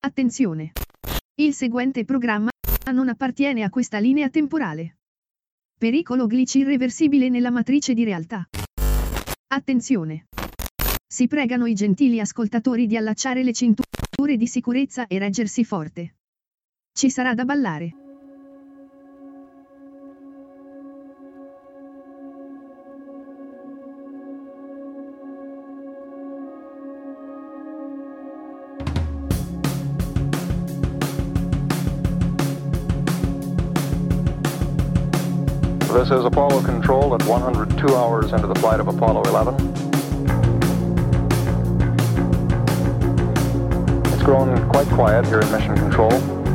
Attenzione! Il seguente programma non appartiene a questa linea temporale. Pericolo glitch irreversibile nella matrice di realtà. Attenzione! Si pregano i gentili ascoltatori di allacciare le cinture di sicurezza e reggersi forte. Ci sarà da ballare. This is Apollo Control at 102 hours into the flight of Apollo 11. It's grown quite quiet here in Mission Control.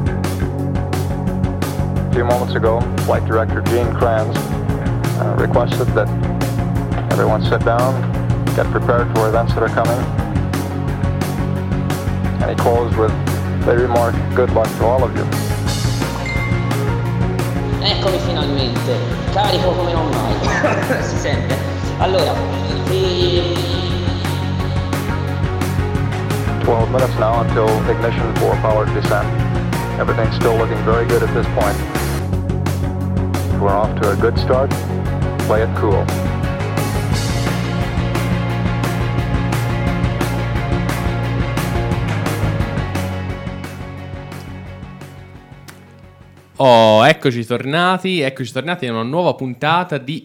A few moments ago, Flight Director Gene Kranz requested that everyone sit down, get prepared for events that are coming. And he closed with the remark, good luck to all of you. Eccomi finalmente, carico come non mai, si sente. Allora, 12 minutes now until ignition for powered descent. Everything's still looking very good at this point. We're off to a good start. Play it cool. Oh, eccoci tornati in una nuova puntata di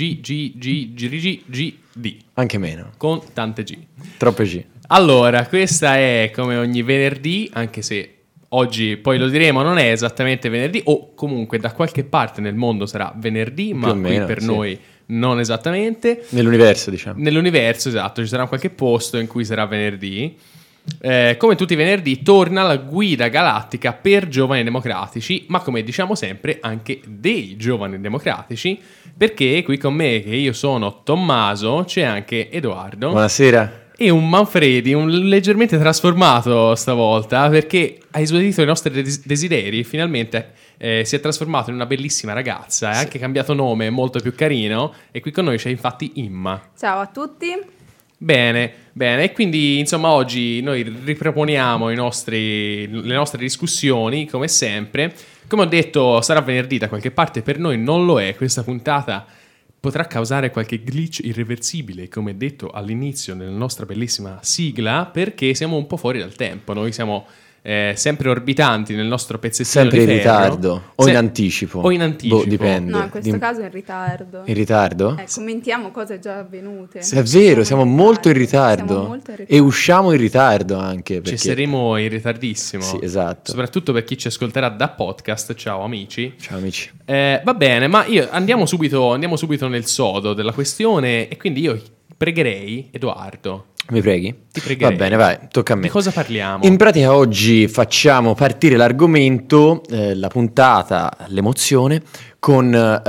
GGGD. Anche meno. Con tante G. Troppe G. Allora, questa è come ogni venerdì, anche se oggi, poi lo diremo, non è esattamente venerdì, o comunque da qualche parte nel mondo sarà venerdì, ma Più o meno, qui per sì. noi non esattamente. Nell'universo, diciamo. Nell'universo, esatto, ci sarà qualche posto in cui sarà venerdì. Come tutti i venerdì torna la guida galattica per giovani democratici, ma come diciamo sempre anche dei giovani democratici, perché qui con me, che io sono Tommaso, c'è anche Edoardo. Buonasera. E un Manfredi, un leggermente trasformato stavolta, perché ha esaudito i nostri desideri, finalmente si è trasformato in una bellissima ragazza, ha anche cambiato nome, molto più carino, e qui con noi c'è infatti Imma. Ciao a tutti. Bene, e quindi insomma oggi noi riproponiamo le nostre discussioni come sempre. Come ho detto, sarà venerdì da qualche parte, per noi non lo è. Questa puntata potrà causare qualche glitch irreversibile, come detto all'inizio nella nostra bellissima sigla, perché siamo un po' fuori dal tempo. Noi siamo sempre orbitanti nel nostro pezzettino Sempre di in ferro. ritardo o in anticipo. O in anticipo. Dipende. No, in questo caso in ritardo. In ritardo? Commentiamo cose già avvenute. È vero, siamo molto in ritardo. Siamo molto in ritardo. E usciamo in ritardo anche. Ci Perché... saremo in ritardissimo. Sì, esatto. Soprattutto per chi ci ascolterà da podcast. Ciao amici. Ciao amici. Va bene, ma andiamo subito nel sodo della questione, e quindi io pregherei Edoardo. Mi preghi? Ti pregherei. Va bene, vai, tocca a me. Di cosa parliamo? In pratica oggi facciamo partire l'argomento, la puntata, l'emozione, con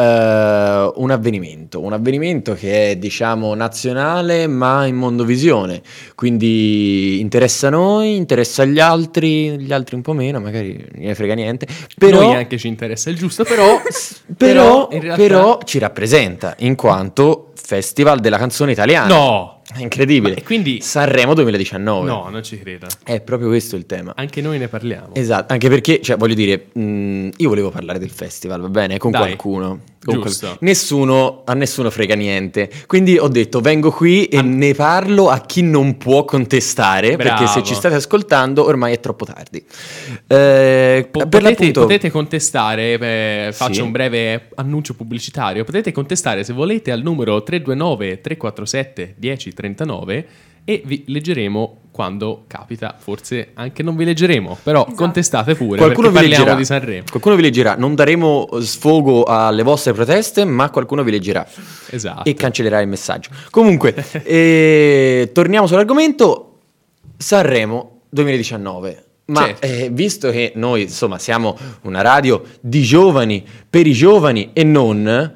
un avvenimento che è diciamo nazionale ma in mondovisione, quindi interessa a noi, interessa agli altri un po' meno, magari non ne frega niente, però Noi anche ci interessa il giusto, però in realtà... però ci rappresenta in quanto Festival della canzone italiana. No! È incredibile. E quindi Sanremo 2019. No, non ci credo. È proprio questo il tema. Anche noi ne parliamo. Esatto, anche perché, cioè, voglio dire, io volevo parlare del festival, va bene? Con Dai, qualcuno. giusto. A nessuno frega niente. Quindi ho detto, vengo qui e ne parlo a chi non può contestare, Bravo. perché se ci state ascoltando ormai è troppo tardi. Per l'appunto... Potete contestare, faccio Sì. un breve annuncio pubblicitario, potete contestare se volete al numero 329 347 1039 e vi leggeremo quando capita, forse anche non vi leggeremo, però Esatto. contestate pure, Qualcuno perché vi parliamo leggerà. di Sanremo. Qualcuno vi leggerà. Non daremo sfogo alle vostre proteste, ma qualcuno vi leggerà. Esatto. E cancellerà il messaggio. Comunque, torniamo sull'argomento Sanremo 2019. Ma Certo. visto che noi, insomma, siamo una radio di giovani, per i giovani e non,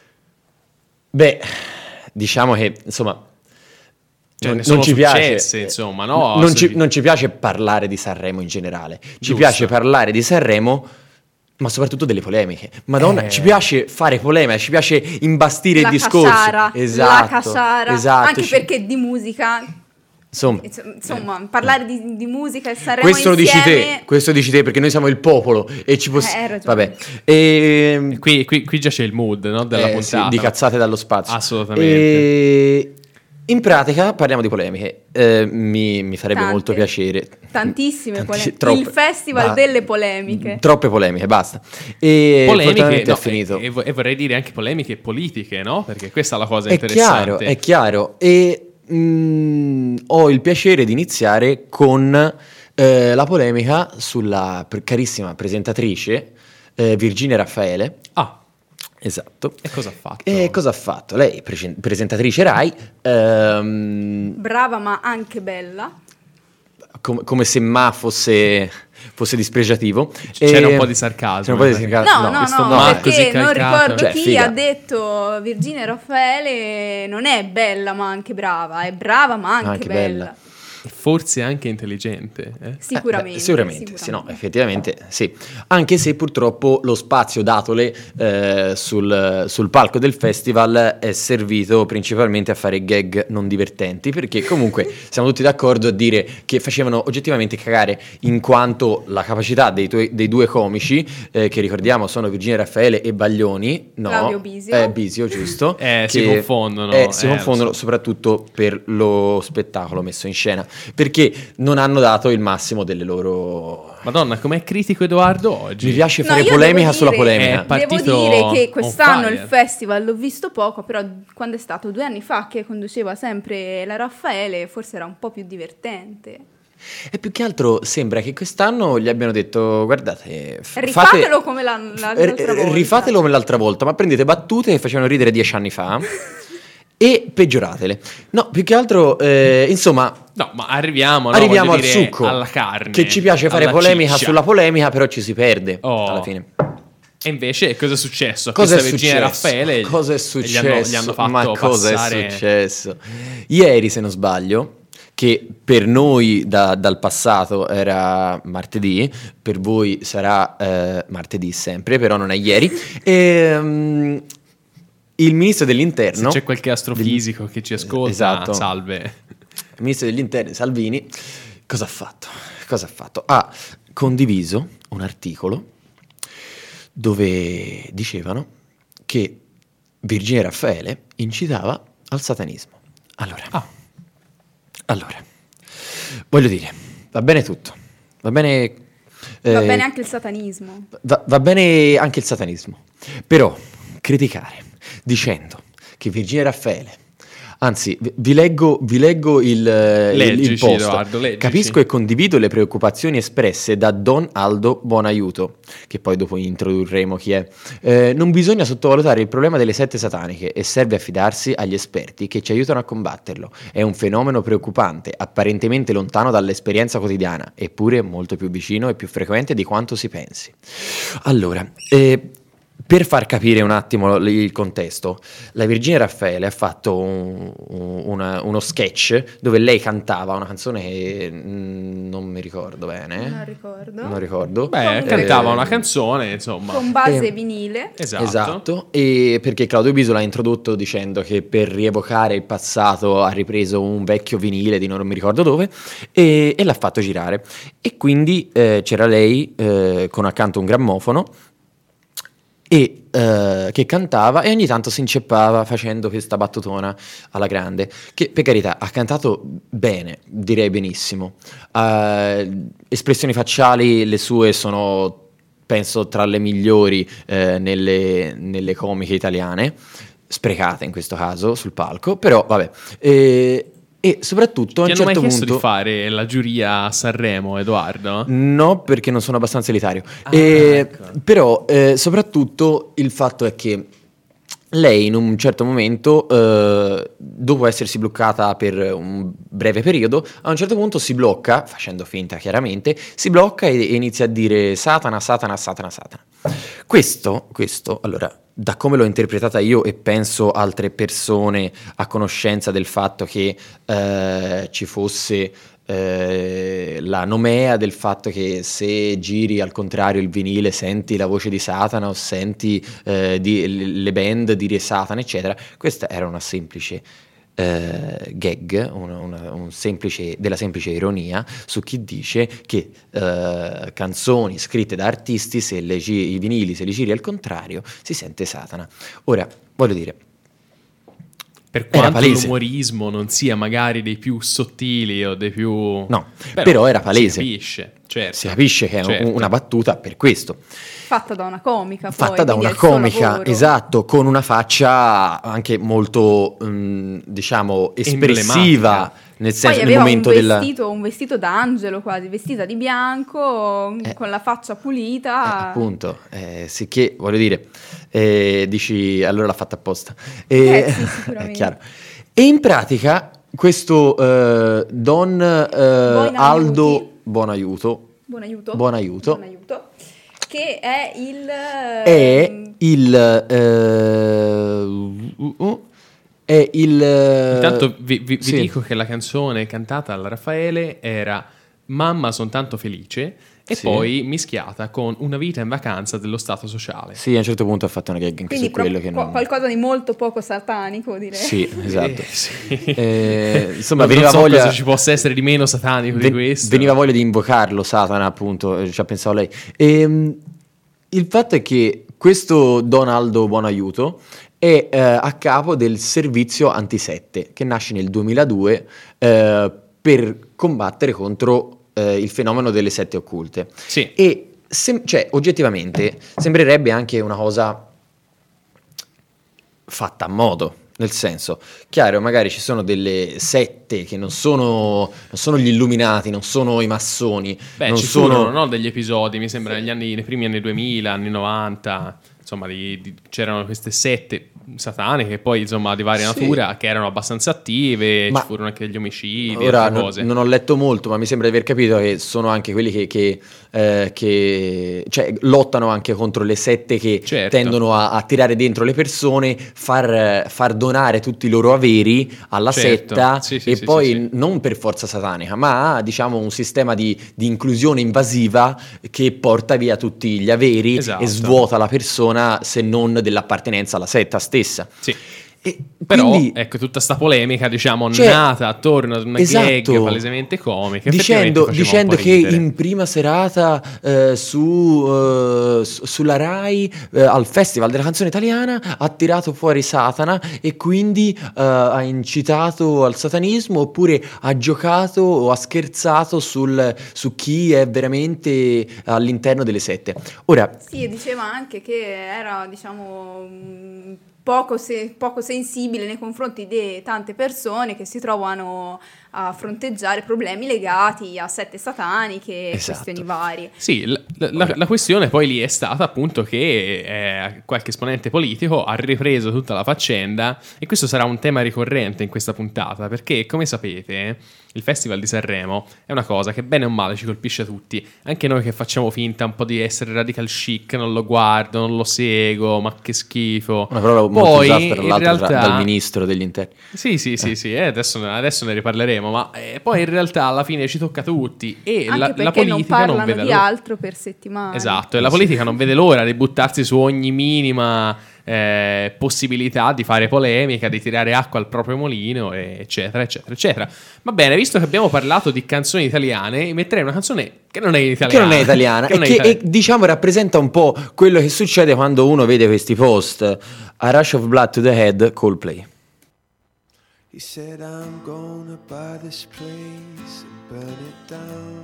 diciamo che, insomma, Cioè, ne non sono ci successe, piace, insomma, no? non ci piace parlare di Sanremo in generale. Ci Giusto. piace parlare di Sanremo, ma soprattutto delle polemiche. Madonna, ci piace fare polemica, ci piace imbastire il discorso. Casciara, Esatto, la casciara, esatto. anche perché di musica Insomma, parlare di musica e Sanremo questo lo dici insieme... te, questo dici te, perché noi siamo il popolo e ci hai ragione. vabbè. Qui già c'è il mood, no, della puntata. Sì, di cazzate dallo spazio. Assolutamente. In pratica parliamo di polemiche. Mi farebbe Tante. molto piacere. Tantissime polemiche. Troppe. Il festival delle polemiche. Troppe polemiche, basta. E Polemiche, fortunatamente no, è finito. e vorrei dire anche polemiche politiche, no? Perché questa è la cosa interessante. È chiaro. E ho il piacere di iniziare con la polemica sulla carissima presentatrice Virginia Raffaele. Ah, Esatto. e cosa ha fatto? E cosa ha fatto? Lei, presentatrice Rai, Brava ma anche bella. come se ma fosse dispregiativo. C'era un po' di sarcasmo. C'era un po' di sarcasmo. No, questo no, ma così perché non calcato. ricordo Cioè, chi figa. ha detto Virginia Raffaele non è bella ma anche brava, è brava ma anche bella. E forse anche intelligente. Sicuramente. Sicuramente, sì, no, effettivamente sì. Anche se purtroppo lo spazio datole sul palco del festival è servito principalmente a fare gag non divertenti, perché comunque siamo tutti d'accordo a dire che facevano oggettivamente cagare, in quanto la capacità dei due comici, che ricordiamo sono Virginia Raffaele e Baglioni, no, Claudio Bisio. Bisio, giusto? Si confondono. Si confondono soprattutto per lo spettacolo messo in scena, perché non hanno dato il massimo delle loro... Madonna, com'è critico Edoardo oggi? Mi piace No, fare io polemica devo sulla dire- polemica. partito Devo dire che on quest'anno il fire. festival l'ho visto poco, però quando è stato 2 anni fa che conduceva sempre la Raffaele, forse era un po' più divertente. E più che altro sembra che quest'anno gli abbiano detto: guardate, Rifatelo come l'altra volta. rifatelo come l'altra volta, ma prendete battute che facevano ridere 10 anni fa e peggioratele. No, più che altro, insomma, No, ma arriviamo al voglio dire, succo, alla carne. che ci piace fare alla polemica ciccia. sulla polemica, però ci si perde Oh. alla fine. E invece cosa è successo? Cosa è Questa Virginia successo? Raffaele Cosa è gli successo? hanno fatto Ma cosa passare... è successo? Ieri, se non sbaglio, che per noi dal passato era martedì, per voi sarà martedì sempre, però non è ieri. Il ministro dell'interno, Se c'è qualche astrofisico che ci ascolta, Esatto. salve. il ministro dell'interno Salvini, cosa ha fatto? Cosa ha fatto? Ha condiviso un articolo dove dicevano che Virginia Raffaele incitava al satanismo. Allora, voglio dire, va bene tutto, va bene... Va bene anche il satanismo. Va bene anche il satanismo, però criticare dicendo che Virginia Raffaele, anzi vi leggo il Leggici, post. Edoardo, leggici. Capisco e condivido le preoccupazioni espresse da Don Aldo Buonaiuto, che poi dopo introdurremo chi è. Non bisogna sottovalutare il problema delle sette sataniche e serve affidarsi agli esperti che ci aiutano a combatterlo. È un fenomeno preoccupante, apparentemente lontano dall'esperienza quotidiana, eppure molto più vicino e più frequente di quanto si pensi. Allora, per far capire un attimo il contesto, la Virginia Raffaele ha fatto uno sketch dove lei cantava una canzone che non mi ricordo bene. Non ricordo. Beh, cantava una canzone, insomma. Con base vinile. Esatto. E perché Claudio Bisio l'ha introdotto dicendo che per rievocare il passato ha ripreso un vecchio vinile di non mi ricordo dove e l'ha fatto girare. E quindi c'era lei con accanto un grammofono e che cantava e ogni tanto si inceppava facendo questa battutona alla grande, che per carità ha cantato bene, direi benissimo. Espressioni facciali le sue sono, penso, tra le migliori nelle comiche italiane, sprecate in questo caso sul palco, però vabbè. E soprattutto a Ti un hanno certo mai chiesto punto di fare la giuria a Sanremo, Edoardo? no, perché non sono abbastanza elitario. Ecco. Però soprattutto il fatto è che lei in un certo momento, dopo essersi bloccata per un breve periodo, a un certo punto si blocca, facendo finta chiaramente, si blocca e inizia a dire Satana, Satana, Satana, Satana. Questo, allora, da come l'ho interpretata io e penso altre persone a conoscenza del fatto che ci fosse la nomea del fatto che se giri al contrario il vinile senti la voce di Satana o senti le band dire Satana eccetera, questa era una semplice gag, un semplice, della semplice ironia su chi dice che canzoni scritte da artisti, se i vinili se li giri al contrario si sente Satana. Ora, voglio dire, per era quanto palese. l'umorismo non sia magari dei più sottili o dei più... No, però era palese. Si capisce, certo. Si capisce che è Certo. una battuta per questo. Fatta da una comica, poi, Fatta da quindi una è il suo comica, lavoro. esatto, con una faccia anche molto, diciamo, espressiva, Emblematica. nel Poi senso, nel aveva momento un vestito da angelo quasi, vestita di bianco, con la faccia pulita. appunto, sicché, voglio dire, dici, allora l'ha fatta apposta. Sì, È sicuramente. chiaro. E in pratica, questo Don Aldo Buonaiuto, Buon aiuto. Che è il... è il Intanto vi sì. dico che la canzone cantata dal Raffaele era Mamma son tanto felice e Sì. poi mischiata con Una vita in vacanza dello Stato sociale. Sì, a un certo punto ha fatto una gag anche Quindi su quello che non... qualcosa di molto poco satanico, direi. Sì, esatto. Sì. Insomma, Non veniva so voglia... cosa ci possa essere di meno satanico di questo. Veniva voglia di invocarlo, Satana, appunto, ci ha pensato lei. Il fatto è che questo Don Aldo Buonaiuto è a capo del servizio antisette, che nasce nel 2002 per combattere contro il fenomeno delle sette occulte. Sì. E cioè, oggettivamente sembrerebbe anche una cosa fatta a modo, nel senso, chiaro, magari ci sono delle sette che non sono gli illuminati, non sono i massoni, Beh, non ci sono... furono, no, degli episodi, mi sembra, nei primi anni 2000, anni 90, insomma, c'erano queste sette sataniche e poi, insomma, di varia Sì. natura, che erano abbastanza attive, Ma ci furono anche degli omicidi, ora altre cose. non ho letto molto, ma mi sembra di aver capito che sono anche quelli che cioè, lottano anche contro le sette che Certo. tendono a tirare dentro le persone, far donare tutti i loro averi alla Certo. setta Sì, sì, e sì, poi sì, sì. non per forza satanica, ma diciamo un sistema di inclusione invasiva che porta via tutti gli averi Esatto. e svuota la persona se non dell'appartenenza alla setta stessa. Sì. E Però, quindi, ecco, tutta sta polemica, diciamo, cioè, nata attorno ad una esatto, gag palesemente comica, effettivamente faceva dicendo un po' che ridere. in prima serata sulla Rai al Festival della Canzone Italiana ha tirato fuori Satana e quindi ha incitato al satanismo, oppure ha giocato o ha scherzato su chi è veramente all'interno delle sette. Ora, Sì, diceva anche che era, diciamo, poco sensibile nei confronti di tante persone che si trovano a fronteggiare problemi legati a sette sataniche e Esatto. questioni varie. Sì, la questione poi lì è stata appunto che qualche esponente politico ha ripreso tutta la faccenda e questo sarà un tema ricorrente in questa puntata perché, come sapete, il Festival di Sanremo è una cosa che bene o male ci colpisce tutti, anche noi che facciamo finta un po' di essere radical chic, non lo guardo, non lo seguo, ma che schifo. una parola molto Poi, usata tra in l'altro realtà, dal ministro degli interni. Sì, adesso ne riparleremo, ma poi in realtà alla fine ci tocca a tutti e Anche la perché politica non parlano vede di l'ora. altro per settimane. Esatto, e la politica non vede l'ora di buttarsi su ogni minima possibilità di fare polemica, di tirare acqua al proprio mulino, eccetera, eccetera, eccetera. Va bene, visto che abbiamo parlato di canzoni italiane, metterei una canzone che non è italiana. Che non è italiana e diciamo rappresenta un po' quello che succede quando uno vede questi post. A Rush of Blood to the Head, Coldplay. He said, I'm gonna buy this place and burn it down.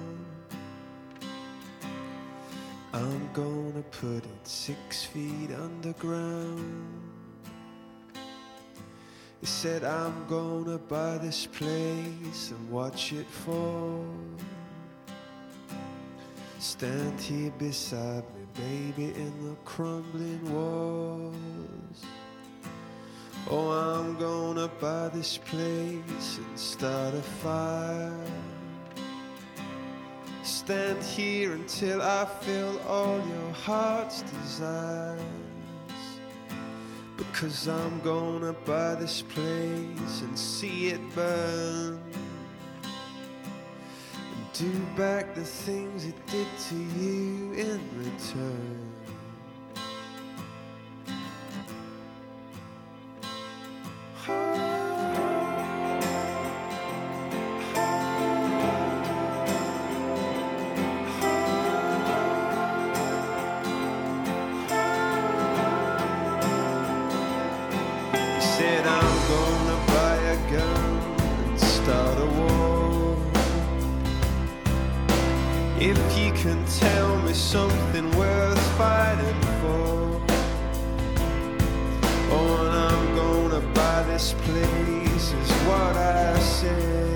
I'm gonna put it 6 feet underground. He said, I'm gonna buy this place and watch it fall. Stand here beside me, baby, in the crumbling walls. Oh, I'm gonna buy this place and start a fire. Stand here until I fill all your heart's desires. Because I'm gonna buy this place and see it burn. And do back the things it did to you in return. If you can tell me something worth fighting for, oh, and I'm gonna buy this place is what I say.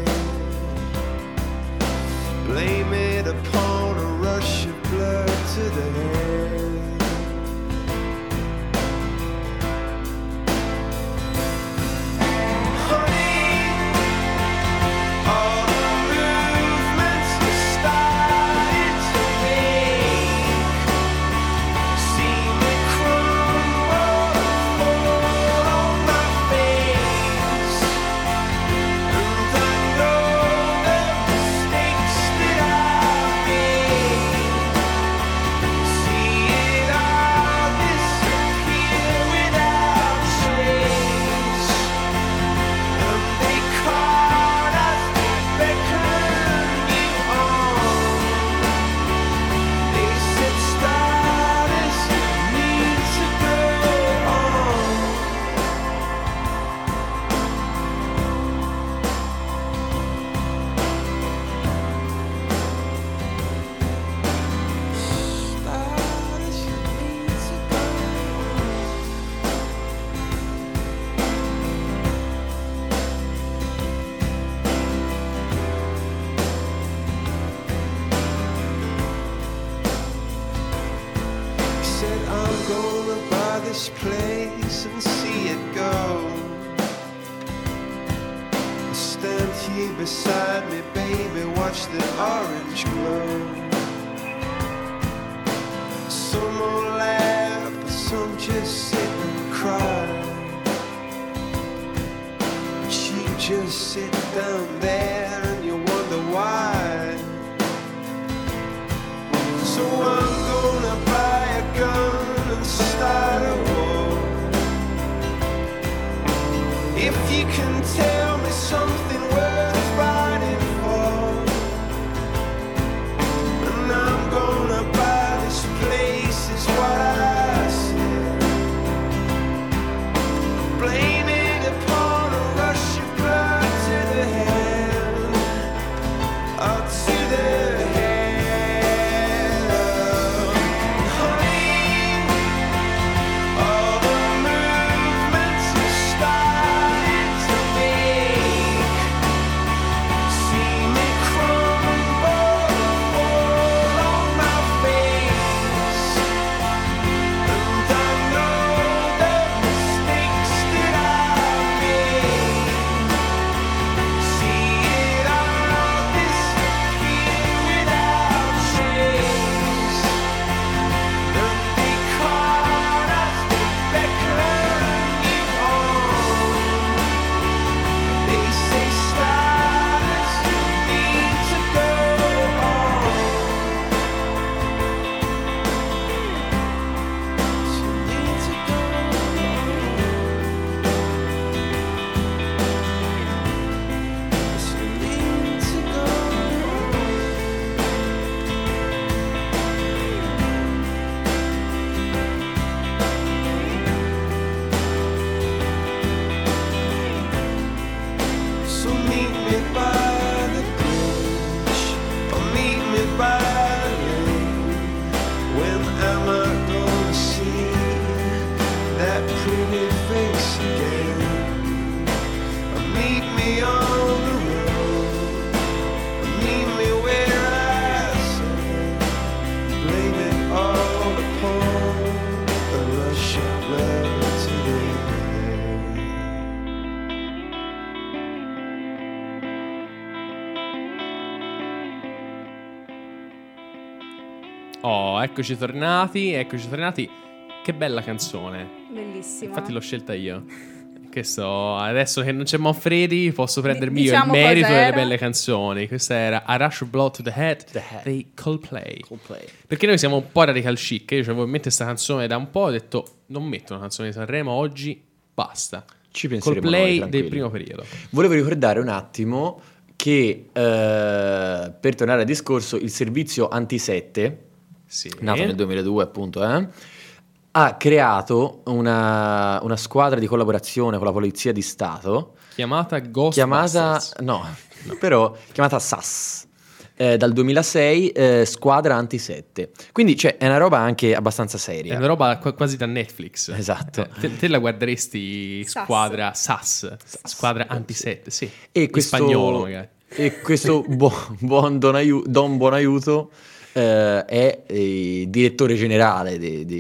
Blame it upon a rush of blood to the head. Place and see it go. Stand here beside me, baby, watch the orange glow. Some will laugh, some just sit and cry. But you just sit down there and you wonder why. So I'm gonna buy a gun and start a war. If you can tell me something worth fighting for, and I'm gonna buy this place is what I said. Blame it upon a rush of blood to the head, or to the head. Oh, eccoci tornati. Che bella canzone. Bellissima. Infatti l'ho scelta io. Che so, adesso che non c'è Manfredi posso prendermi Diciamo io il merito cos'era. delle belle canzoni. Questa era A Rush of Blood to the Head dei Coldplay. Perché noi siamo un po' radical chic. Io avevo in mente questa canzone da un po', ho detto non metto una canzone di Sanremo oggi, basta. Ci penseremo noi, Coldplay tranquilli. del primo periodo. Volevo ricordare un attimo che per tornare al discorso, il servizio Anti-7, Sì. nato nel 2002 appunto, ha creato una squadra di collaborazione con la Polizia di Stato Chiamata Ghostbusters. chiamata SAS, dal 2006, Squadra Anti-7. Quindi è una roba anche abbastanza seria. È una roba quasi da Netflix. Esatto. Te la guarderesti Squadra SAS, Squadra Anti-7, sì. E in spagnolo magari. E questo buon Don Buonaiuto è il direttore generale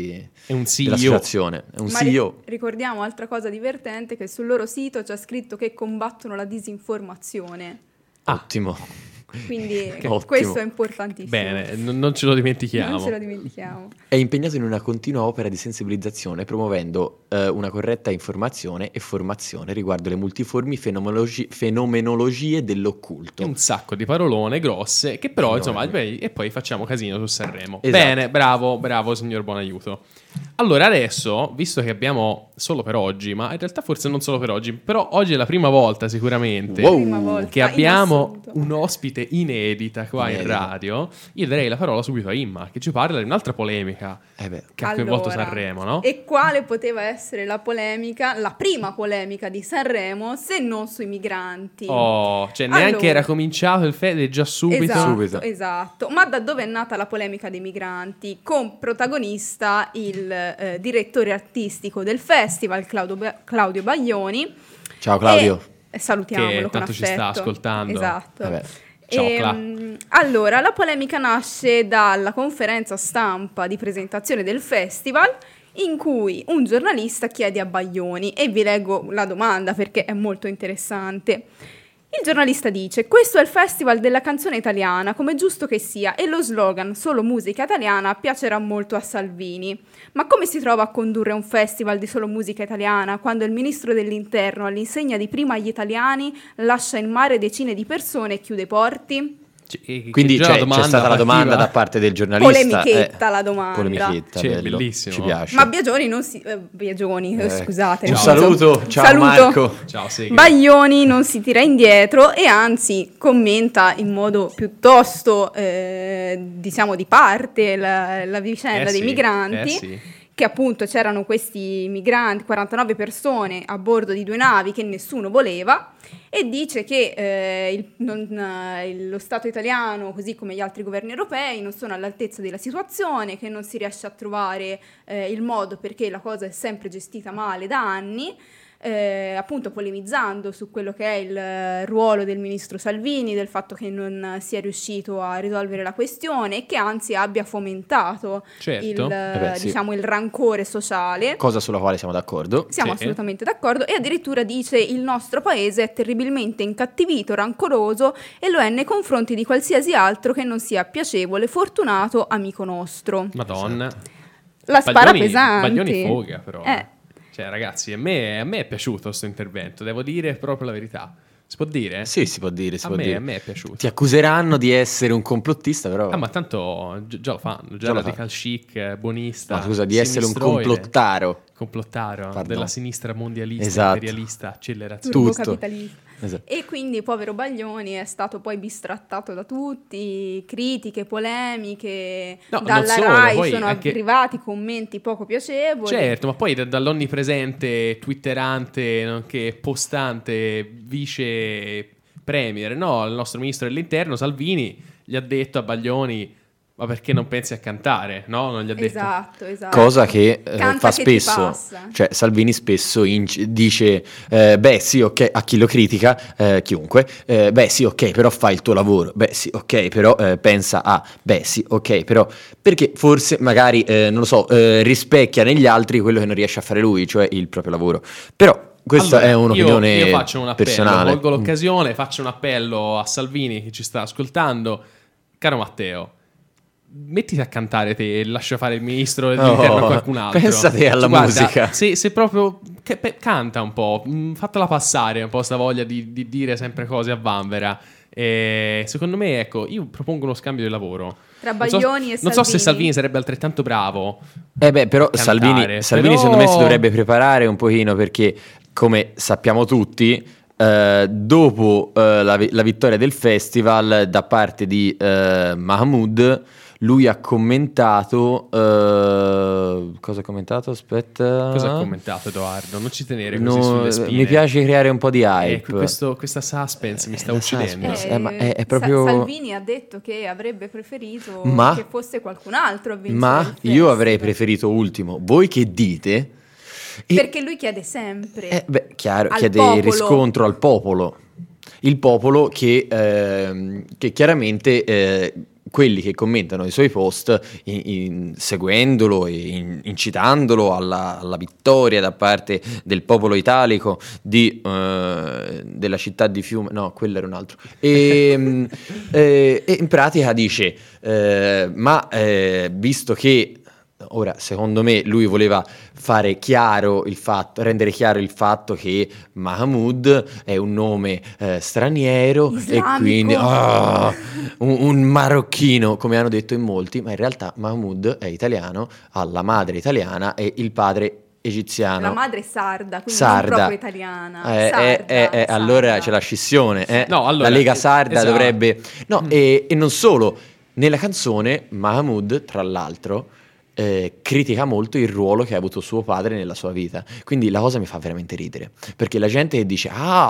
È un CEO. dell'associazione. È un Ma CEO. ricordiamo altra cosa divertente, che sul loro sito c'è scritto che combattono la disinformazione. Ottimo. Quindi Ottimo. questo è importantissimo. Bene, non ce lo dimentichiamo. Non ce lo dimentichiamo. È impegnato in una continua opera di sensibilizzazione, promuovendo una corretta informazione e formazione riguardo le multiformi fenomenologie dell'occulto. Un sacco di parolone grosse che però, Enormi. insomma, e poi facciamo casino su Sanremo. Esatto. Bene, bravo signor Buonaiuto. Allora adesso, visto che abbiamo solo per oggi, ma in realtà forse non solo per oggi, però oggi è la prima volta sicuramente Wow. Prima volta, che in abbiamo assoluto. un ospite inedita qua in Inedita. radio. Io darei la parola subito a Imma, che ci parla di un'altra polemica che ha coinvolto Allora, Sanremo, no? E quale poteva essere la polemica, la prima polemica di Sanremo, se non sui migranti? Oh, cioè neanche Allora. era cominciato il e già subito. Esatto, Subito. esatto. Ma da dove è nata la polemica dei migranti? Con protagonista il direttore artistico del festival, Claudio Baglioni. Ciao Claudio. E salutiamolo Che con tanto ci affetto. sta ascoltando. Esatto. Vabbè. Ciao, Cla. Allora, la polemica nasce dalla conferenza stampa di presentazione del festival, in cui un giornalista chiede a Baglioni, e vi leggo la domanda perché è molto interessante. Il giornalista dice: questo è il festival della canzone italiana, come giusto che sia, e lo slogan solo musica italiana piacerà molto a Salvini. Ma come si trova a condurre un festival di solo musica italiana quando il ministro dell'interno, all'insegna di prima agli italiani, lascia in mare decine di persone e chiude i porti? Quindi c'è stata la domanda da parte del giornalista. Polemichetta la domanda. Polemichetta, Sì, bello. bellissimo. Ci piace. Ma Biagioni non si... scusate. Un non saluto, so. ciao Marco. Ciao, Sega. Baglioni non si tira indietro e anzi commenta in modo piuttosto, diciamo, di parte la vicenda dei sì, migranti. sì. Che appunto c'erano questi migranti, 49 persone a bordo di 2 navi che nessuno voleva, e dice che lo Stato italiano, così come gli altri governi europei, non sono all'altezza della situazione, che non si riesce a trovare il modo perché la cosa è sempre gestita male da anni. Appunto polemizzando su quello che è il ruolo del ministro Salvini, del fatto che non sia riuscito a risolvere la questione e che anzi abbia fomentato Certo. Sì. diciamo il rancore sociale. Cosa sulla quale siamo d'accordo. Siamo Sì. assolutamente d'accordo, e addirittura dice: il nostro paese è terribilmente incattivito, rancoroso, e lo è nei confronti di qualsiasi altro che non sia piacevole, fortunato, amico nostro. Madonna. La spara pesante. Baglioni foga però. Eh. Cioè ragazzi, a me è piaciuto questo intervento, devo dire proprio la verità. Si può dire? Sì, si può dire, si può dire. A me è piaciuto. Ti accuseranno di essere un complottista, però. Ah, ma tanto già lo fanno, già Già lo radical chic, buonista. No, scusa, di essere un sinistroide, complottaro. Pardon, Pardon. della sinistra mondialista, Esatto. imperialista, accelerazione. Tutto. Turbocapitalista. Esatto. E quindi povero Baglioni è stato poi bistrattato da tutti, critiche, polemiche, No, non dalla solo, Rai poi sono anche- arrivati commenti poco piacevoli. Certo, ma poi dall'onnipresente, twitterante, nonché postante vice premier, no, il nostro ministro dell'interno, Salvini, gli ha detto a Baglioni: ma perché non pensi a cantare? No, non gli ha detto. Esatto. Cosa che Canta fa che ti spesso, passa. cioè Salvini spesso dice beh sì ok, a chi lo critica, chiunque, beh sì ok però fai il tuo lavoro, beh sì ok però pensa a, beh sì ok però, perché forse magari non lo so, rispecchia negli altri quello che non riesce a fare lui, cioè il proprio lavoro, però questa Allora, è un'opinione io faccio un appello, personale. colgo l'occasione, faccio un appello a Salvini che ci sta ascoltando. Caro Matteo, mettiti a cantare te e lascia fare il ministro dell'interno a qualcun altro. Pensate alla Guarda, musica. Se proprio canta un po', fatela passare un po' sta voglia di dire sempre cose a vanvera. Secondo me, ecco, io propongo uno scambio di lavoro. Tra Baglioni e Non so se Salvini. Salvini sarebbe altrettanto bravo. Però cantare, Salvini però- secondo me si dovrebbe preparare un pochino, perché come sappiamo tutti, dopo la vittoria del festival da parte di Mahmood, lui ha commentato... cosa ha commentato? Aspetta... Cosa ha commentato Edoardo? Non ci tenere così sulle spine. Mi piace creare un po' di hype. Questa suspense mi sta La uccidendo. suspense. Ma è proprio... Salvini ha detto che avrebbe preferito che fosse qualcun altro a vincere Ma il festival. io avrei preferito Ultimo. Voi che dite? Perché lui chiede sempre. Chiaro, al chiede popolo. il riscontro al popolo. Il popolo che chiaramente quelli che commentano i suoi post seguendolo e incitandolo alla vittoria da parte del popolo italico della città di Fiume, no, quello era un altro, e in pratica dice visto che ora, secondo me, lui voleva fare chiaro rendere chiaro il fatto che Mahmoud è un nome straniero Islamico. e quindi un marocchino, come hanno detto in molti, ma in realtà Mahmoud è italiano, ha la madre italiana e il padre egiziano. La madre è sarda, quindi sarda. non proprio italiana. Sarda. Allora c'è la scissione. No, allora, la Lega Sarda esatto. dovrebbe... No, e non solo. Nella canzone Mahmoud, tra l'altro... critica molto il ruolo che ha avuto suo padre nella sua vita, quindi la cosa mi fa veramente ridere, perché la gente dice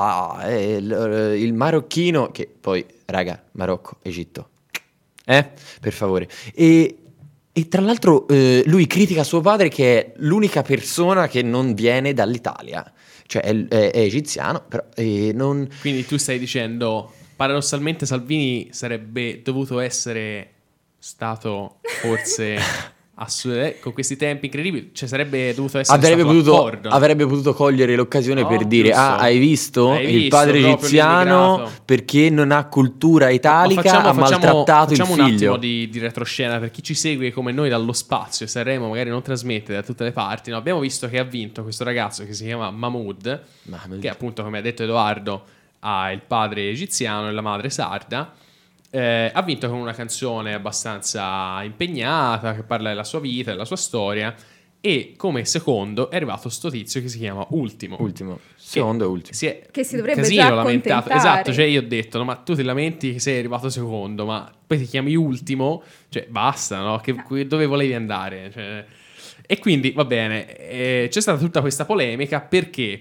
il marocchino, che poi raga, Marocco, Egitto, per favore, e tra l'altro lui critica suo padre che è l'unica persona che non viene dall'Italia, cioè è egiziano, però non... Quindi tu stai dicendo, paradossalmente Salvini sarebbe dovuto essere stato forse... con questi tempi incredibili, cioè sarebbe dovuto essere avrebbe potuto cogliere l'occasione per dire giusto. hai visto il padre proprio egiziano l'immigrato. Perché non ha cultura italica, ha maltrattato il facciamo figlio. un attimo di retroscena per chi ci segue come noi dallo spazio. Sanremo magari non trasmette da tutte le parti, no? Abbiamo visto che ha vinto questo ragazzo che si chiama Mahmoud, che appunto, come ha detto Edoardo, ha il padre egiziano e la madre sarda. Ha vinto con una canzone abbastanza impegnata che parla della sua vita, della sua storia, e come secondo è arrivato sto tizio che si chiama Ultimo, secondo e ultimo, che si dovrebbe casino già lamentato. accontentare. Esatto, cioè io ho detto, no, ma tu ti lamenti che sei arrivato secondo, ma poi ti chiami Ultimo, cioè basta, no? Dove volevi andare? Cioè, e quindi va bene, c'è stata tutta questa polemica perché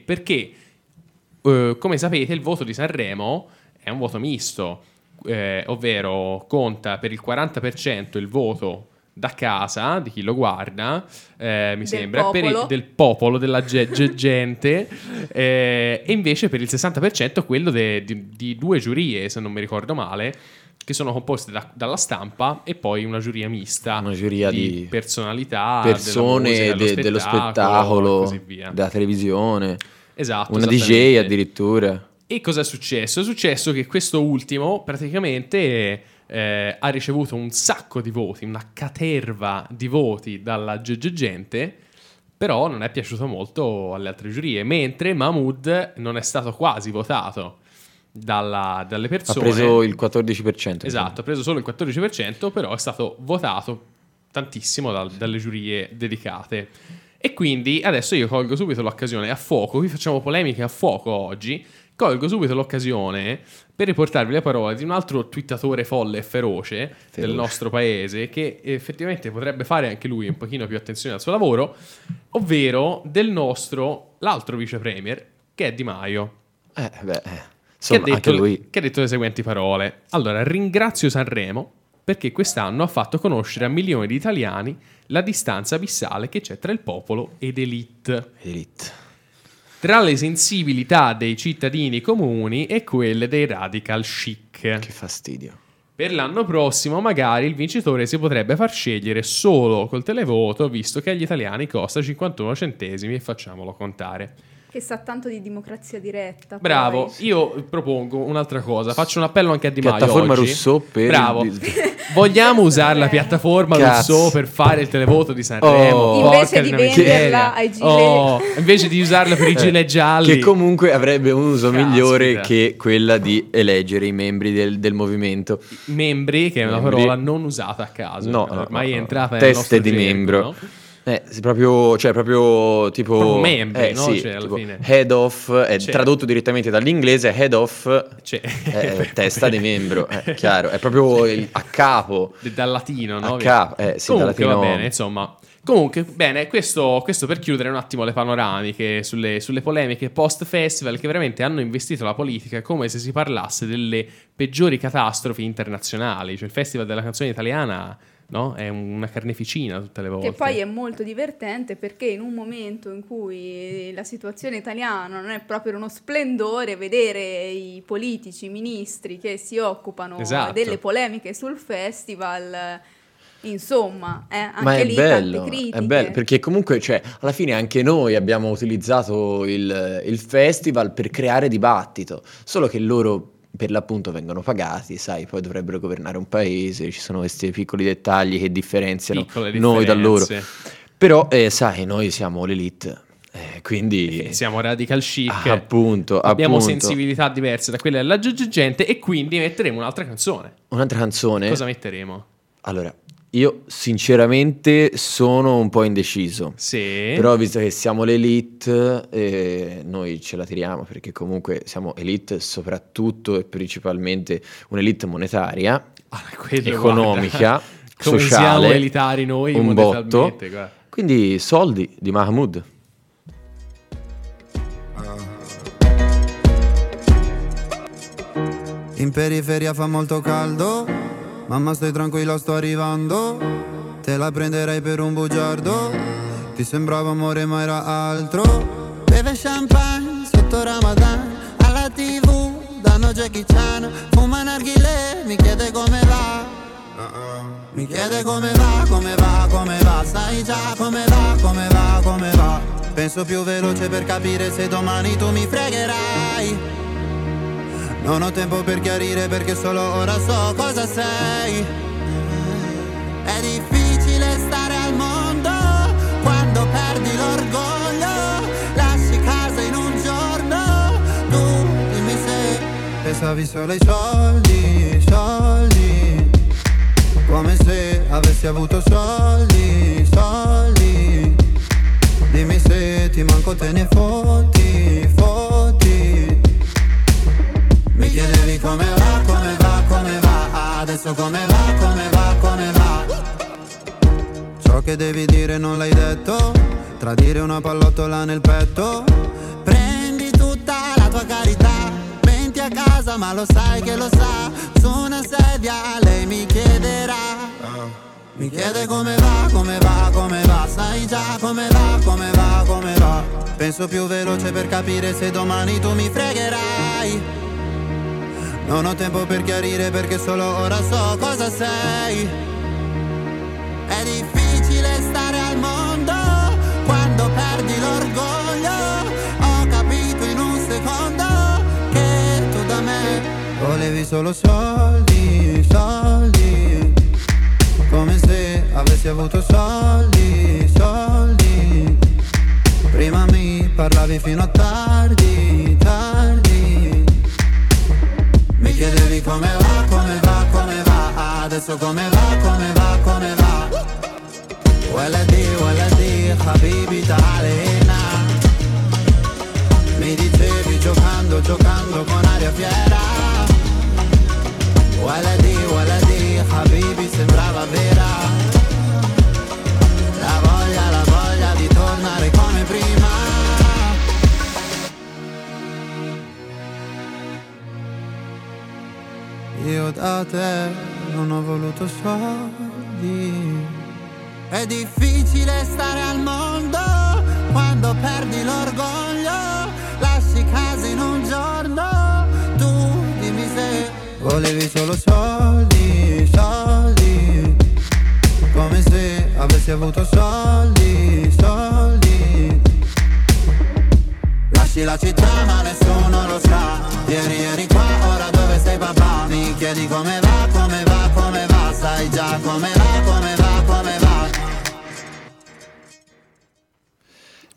come sapete il voto di Sanremo è un voto misto. Ovvero conta per il 40% il voto da casa di chi lo guarda, mi sembra, del popolo, della gente, e invece per il 60% quello di due giurie, se non mi ricordo male, che sono composte dalla stampa e poi una giuria mista, una giuria di personalità, persone della musica, dello spettacolo, e così via. della televisione, esatto, una DJ addirittura. E cosa è successo? È successo che questo ultimo praticamente ha ricevuto un sacco di voti, una caterva di voti dalla gente, però non è piaciuto molto alle altre giurie, mentre Mahmoud non è stato quasi votato dalle persone. Ha preso il 14%. Esatto, ha preso solo il 14%, però è stato votato tantissimo dalle giurie dedicate. E quindi adesso io colgo subito l'occasione a fuoco, qui facciamo polemiche a fuoco oggi. Colgo subito l'occasione per riportarvi le parole di un altro twittatore folle e feroce del nostro paese, che effettivamente potrebbe fare anche lui un pochino più attenzione al suo lavoro, ovvero l'altro vice premier, che è Di Maio. Insomma, anche lui. Che ha detto le seguenti parole. Allora, ringrazio Sanremo perché quest'anno ha fatto conoscere a milioni di italiani la distanza abissale che c'è tra il popolo ed elite. Tra le sensibilità dei cittadini comuni e quelle dei radical chic. Che fastidio. Per l'anno prossimo magari il vincitore si potrebbe far scegliere solo col televoto, visto che agli italiani costa 51 centesimi e facciamolo contare. Che sa tanto di democrazia diretta. Bravo, poi. io propongo un'altra cosa, faccio un appello anche a Di Maio piattaforma oggi. Rousseau per... Bravo, vogliamo usare la piattaforma Rousseau per fare il televoto di Sanremo? Invece di venderla ai gilet. Invece di usarla per i gilet gialli. Che comunque avrebbe un uso migliore che quella di eleggere i membri del movimento. Membri, che è una parola non usata a caso. No, ormai è no. entrata nel nostro Teste di gergo, membro. no? Proprio tipo Proprio membri, no? sì, Cioè, alla tipo fine. head of, è Cioè. tradotto direttamente dall'inglese, head of, Cioè, testa di membro, chiaro, è proprio a capo. Dal latino, no? A capo, sì, Comunque dal latino. va bene, insomma. Comunque, bene, questo per chiudere un attimo le panoramiche sulle polemiche post-festival che veramente hanno investito la politica come se si parlasse delle peggiori catastrofi internazionali. Cioè il Festival della canzone italiana, no? È una carneficina tutte le volte. Che poi è molto divertente perché in un momento in cui la situazione italiana non è proprio uno splendore, vedere i politici, i ministri che si occupano Esatto. delle polemiche sul festival, insomma, anche Ma è lì bello, tante critiche. è bello, perché comunque, cioè, alla fine anche noi abbiamo utilizzato il festival per creare dibattito, solo che loro per l'appunto vengono pagati, sai, poi dovrebbero governare un paese, ci sono questi piccoli dettagli che differenziano Piccole noi da loro. differenze. Però, sai, noi siamo l'elite, quindi... Siamo radical chic, appunto, abbiamo appunto. sensibilità diverse da quelle della gente e quindi metteremo un'altra canzone. Un'altra canzone? Cosa metteremo? Allora, io sinceramente sono un po' indeciso. Sì. Però visto che siamo l'elite, noi ce la tiriamo perché comunque siamo elite soprattutto e principalmente un'elite monetaria, Quello, economica, guarda, come sociale, siamo elitari noi un monetarmente, botto. guarda. Quindi Soldi di Mahmood. In periferia fa molto caldo, mamma stai tranquilla sto arrivando, te la prenderei per un bugiardo, ti sembrava amore ma era altro. Beve champagne sotto Ramadan, alla TV danno Jackie Chan, fuma narghile, mi chiede come va, mi chiede come va, come va, come va, sai già come va, come va, come va. Penso più veloce per capire se domani tu mi fregherai. Non ho tempo per chiarire perché solo ora so cosa sei. È difficile stare al mondo quando perdi l'orgoglio. Lasci casa in un giorno, tu dimmi se pensavi solo ai soldi, soldi. Come se avessi avuto soldi, soldi. Dimmi se ti manco te ne fotti, fotti. Mi chiedevi come va, come va, come va. Adesso come va, come va, come va. Ciò che devi dire non l'hai detto. Tradire una pallottola nel petto. Prendi tutta la tua carità. Menti a casa ma lo sai che lo sa. Su una sedia lei mi chiederà. Mi chiede come va, come va, come va. Sai già come va, come va, come va. Penso più veloce per capire se domani tu mi fregherai. Non ho tempo per chiarire perché solo ora so cosa sei. È difficile stare al mondo quando perdi l'orgoglio. Ho capito in un secondo che tu da me volevi solo soldi, soldi. Come se avessi avuto soldi, soldi. Prima mi parlavi fino a tardi, tardi. Mi chiedevi come va, come va, come va. Adesso come va, come va, come va. Waladi, habibi ta'alina. Mi dicevi giocando, giocando con aria fiera. Waladi, habibi sembrava vera. La voglia di tornare come prima. Io da te non ho voluto soldi. È difficile stare al mondo quando perdi l'orgoglio. Lasci casa in un giorno, tu dimmi se volevi solo soldi, soldi. Come se avessi avuto soldi, soldi. Lasci la città ma nessuno lo sa. Ieri eri qua, ora dove sei papà? Mi chiedi come va, come va, come va. Sai già come va, come va, come va.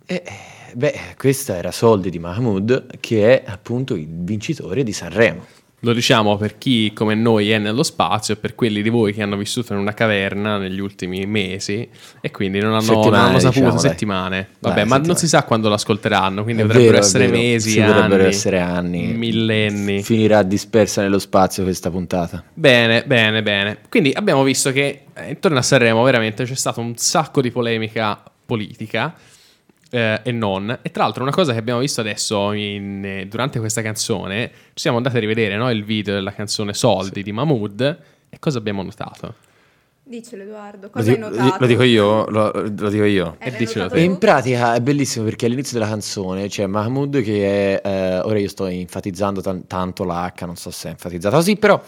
Questa era Soldi di Mahmood, che è appunto il vincitore di Sanremo. Lo diciamo per chi come noi è nello spazio e per quelli di voi che hanno vissuto in una caverna negli ultimi mesi e quindi non hanno saputo, diciamo, settimane. Vabbè, Dai, ma settimane. non si sa quando l'ascolteranno, quindi È potrebbero vero, è essere vero. mesi, Sì, anni, potrebbero essere anni, millenni. Finirà dispersa nello spazio questa puntata. Bene, bene, bene. Quindi abbiamo visto che intorno a Sanremo veramente c'è stato un sacco di polemica politica e non. E tra l'altro una cosa che abbiamo visto adesso durante questa canzone, ci siamo andati a rivedere, no, il video della canzone Soldi di Mahmood e cosa abbiamo notato? Dicelo Edoardo, cosa hai notato? Lo dico io, lo dico io. E L'hai dicelo notato te. E tu? in pratica è bellissimo perché all'inizio della canzone c'è Mahmood che è, ora io sto enfatizzando tanto la H, non so se è enfatizzata così, però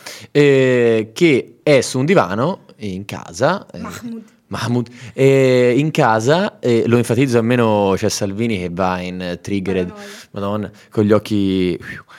che è su un divano in casa. Mahmood in casa, lo enfatizzo, almeno c'è Salvini che va in triggered, Paranoia. Madonna, con gli occhi.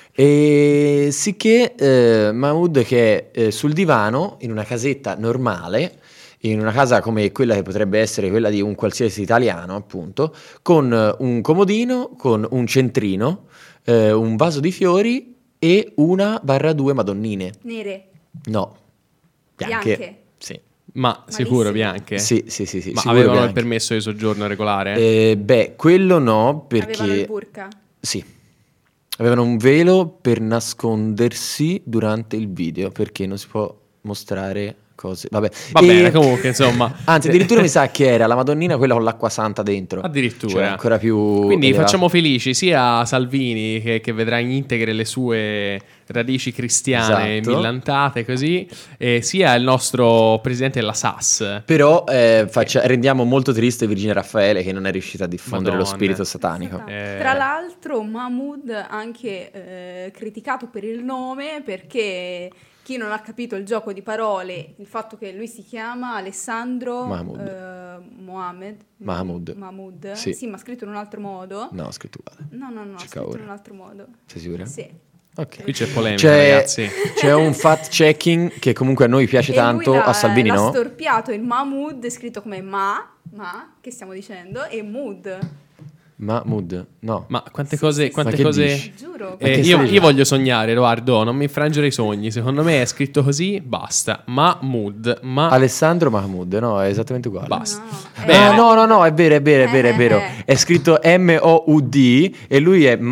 E sicché Mahmood che è sul divano in una casetta normale, in una casa come quella che potrebbe essere quella di un qualsiasi italiano, appunto, con un comodino, con un centrino, un vaso di fiori e 1/2 madonnine. Nere. No, Bianche. Sì. Ma sicuro, Malissimo. bianche? Sì, Ma sicuro avevano il bianche. permesso di soggiorno regolare? Beh, quello no, Avevano il perché burka. sì, avevano un velo per nascondersi durante il video, perché non si può mostrare cose. Vabbè, Va bene, comunque, insomma. Anzi, addirittura mi sa che era la Madonnina quella con l'acqua santa dentro. Addirittura. Cioè, ancora più Quindi elevato. facciamo felici sia Salvini che vedrà integre le sue radici cristiane Esatto. millantate così, sia il nostro presidente della SAS. Però rendiamo molto triste Virginia Raffaele che non è riuscita a diffondere lo Madonna. spirito satanico. Tra l'altro Mahmood anche criticato per il nome, perché chi non ha capito il gioco di parole, il fatto che lui si chiama Alessandro Mahmood. Sì. Ma scritto in un altro modo. No, ho scritto uguale. No, Cerca scritto ora. in un altro modo. Sei sicura? Sì. Ok. Qui c'è polemica, ragazzi. C'è un fact checking che comunque a noi piace E tanto, lui a Salvini l'ha no. storpiato il Mahmood, scritto come che stiamo dicendo, e Mood. Mahmood, no. Ma quante Sì, cose... sì, sì. quante Ma che cose... dici? Giuro. Ma che io stai voglio sognare, Edoardo, non mi infrangere i sogni. Secondo me è scritto così, basta. Mahmood, Alessandro Mahmood, no, è esattamente uguale. basta. No, Bene. Ah, no, è vero. È scritto Moud e lui è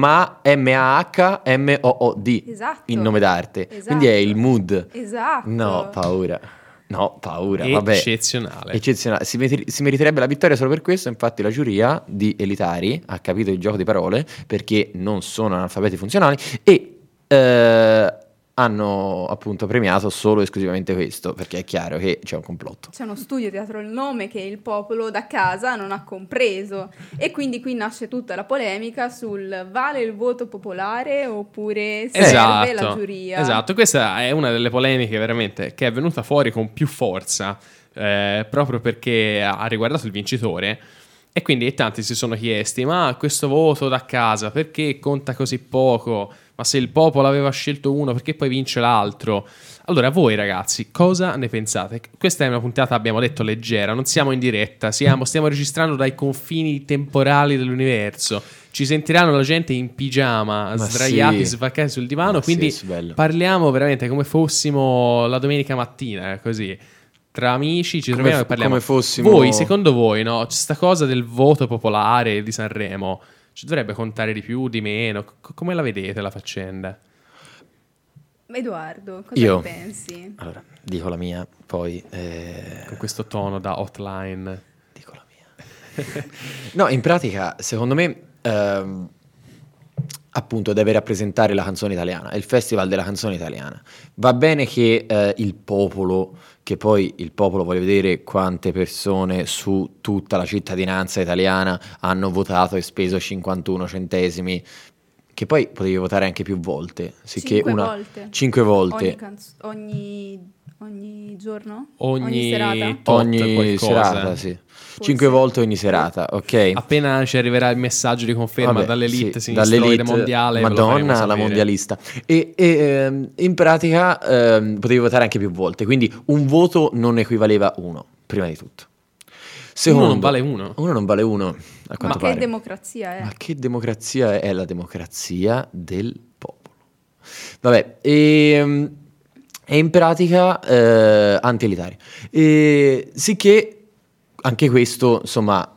Mahmood, Esatto. il nome d'arte. Esatto. Quindi è il mood. Esatto. No, paura, vabbè. Eccezionale. Eccezionale. Si meriterebbe la vittoria solo per questo. Infatti, la giuria di Elitari ha capito il gioco di parole perché non sono analfabeti funzionali e hanno appunto premiato solo e esclusivamente questo perché è chiaro che c'è un complotto. C'è uno studio dietro il nome che il popolo da casa non ha compreso, e quindi qui nasce tutta la polemica sul vale il voto popolare oppure serve la giuria. Esatto, questa è una delle polemiche veramente che è venuta fuori con più forza proprio perché ha riguardato il vincitore. E quindi tanti si sono chiesti: ma questo voto da casa perché conta così poco? Ma se il popolo aveva scelto uno, perché poi vince l'altro? Allora, voi ragazzi, cosa ne pensate? Questa è una puntata, abbiamo detto, leggera, non siamo in diretta, stiamo registrando dai confini temporali dell'universo. Ci sentiranno la gente in pigiama, sdraiati, svaccati sul divano, quindi parliamo veramente come fossimo la domenica mattina, così. Tra amici ci troviamo e parliamo. Come fossimo... Voi, secondo voi, no? Questa cosa del voto popolare di Sanremo ci dovrebbe contare di più, di meno? Come la vedete la faccenda? Edoardo, cosa ne pensi? Allora, dico la mia, poi... Con questo tono da hotline. Dico la mia. No, in pratica, secondo me... appunto deve rappresentare la canzone italiana, il festival della canzone italiana. Va bene che il popolo, che poi il popolo vuole vedere quante persone su tutta la cittadinanza italiana hanno votato e speso 51 centesimi, che poi potevi votare anche più volte. 5 volte. Ogni giorno? Ogni serata? Ogni serata, sì. 5 volte ogni serata, ok. Appena ci arriverà il messaggio di conferma dall'elite sì, sinistroide mondiale, Madonna, la mondialista. E in pratica potevi votare anche più volte, quindi un voto non equivaleva uno, prima di tutto. Secondo, uno non vale uno? Uno non vale uno, a quanto pare. Che democrazia è? Ma che democrazia è la democrazia del popolo? Vabbè, è in pratica anti-elitario. Sicché anche questo, insomma,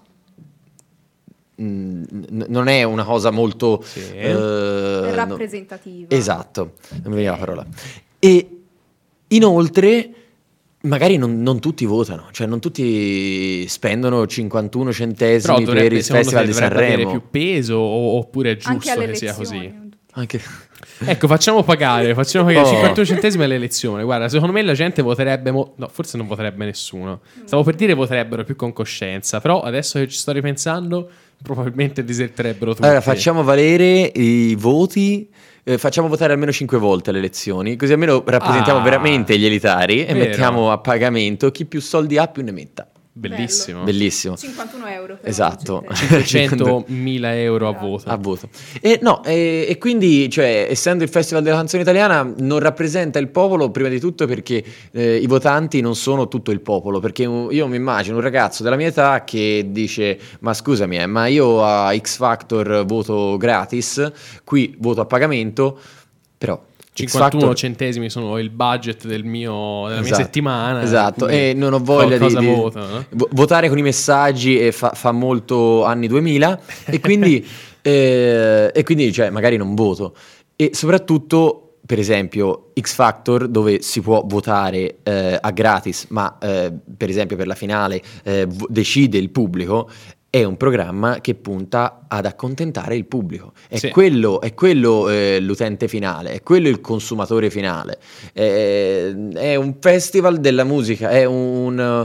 non è una cosa molto rappresentativa. Esatto, non mi veniva la parola. E inoltre magari non tutti votano, cioè non tutti spendono 51 centesimi per il Festival di dovrebbe avere Sanremo. più peso oppure è Anche giusto alle che sia elezioni. così? Anche... Ecco, facciamo pagare Oh. 51 centesimi all'elezione. Guarda, secondo me la gente voterebbe no, forse non voterebbe nessuno. Stavo per dire voterebbero più con coscienza, però adesso che ci sto ripensando probabilmente diserterebbero tutti. Allora, facciamo valere i voti, facciamo votare almeno 5 volte alle elezioni, così almeno rappresentiamo veramente gli elitari e vero. mettiamo a pagamento chi più soldi ha più ne metta. Bellissimo. Bellissimo. 51 euro. Per Esatto. 500.000 euro a voto. A voto. E quindi, cioè, essendo il Festival della canzone italiana, non rappresenta il popolo, prima di tutto perché i votanti non sono tutto il popolo, perché io mi immagino un ragazzo della mia età che dice, ma scusami, ma io a X Factor voto gratis, qui voto a pagamento, però... 51 centesimi sono il budget della mia settimana. Esatto, e non ho voglia di voto, no? votare con i messaggi fa molto anni 2000 e quindi, cioè, magari non voto. E soprattutto, per esempio, X Factor, dove si può votare a gratis, ma per esempio per la finale decide il pubblico, è un programma che punta ad accontentare il pubblico. È quello l'utente finale, è quello il consumatore finale. È un festival della musica, è una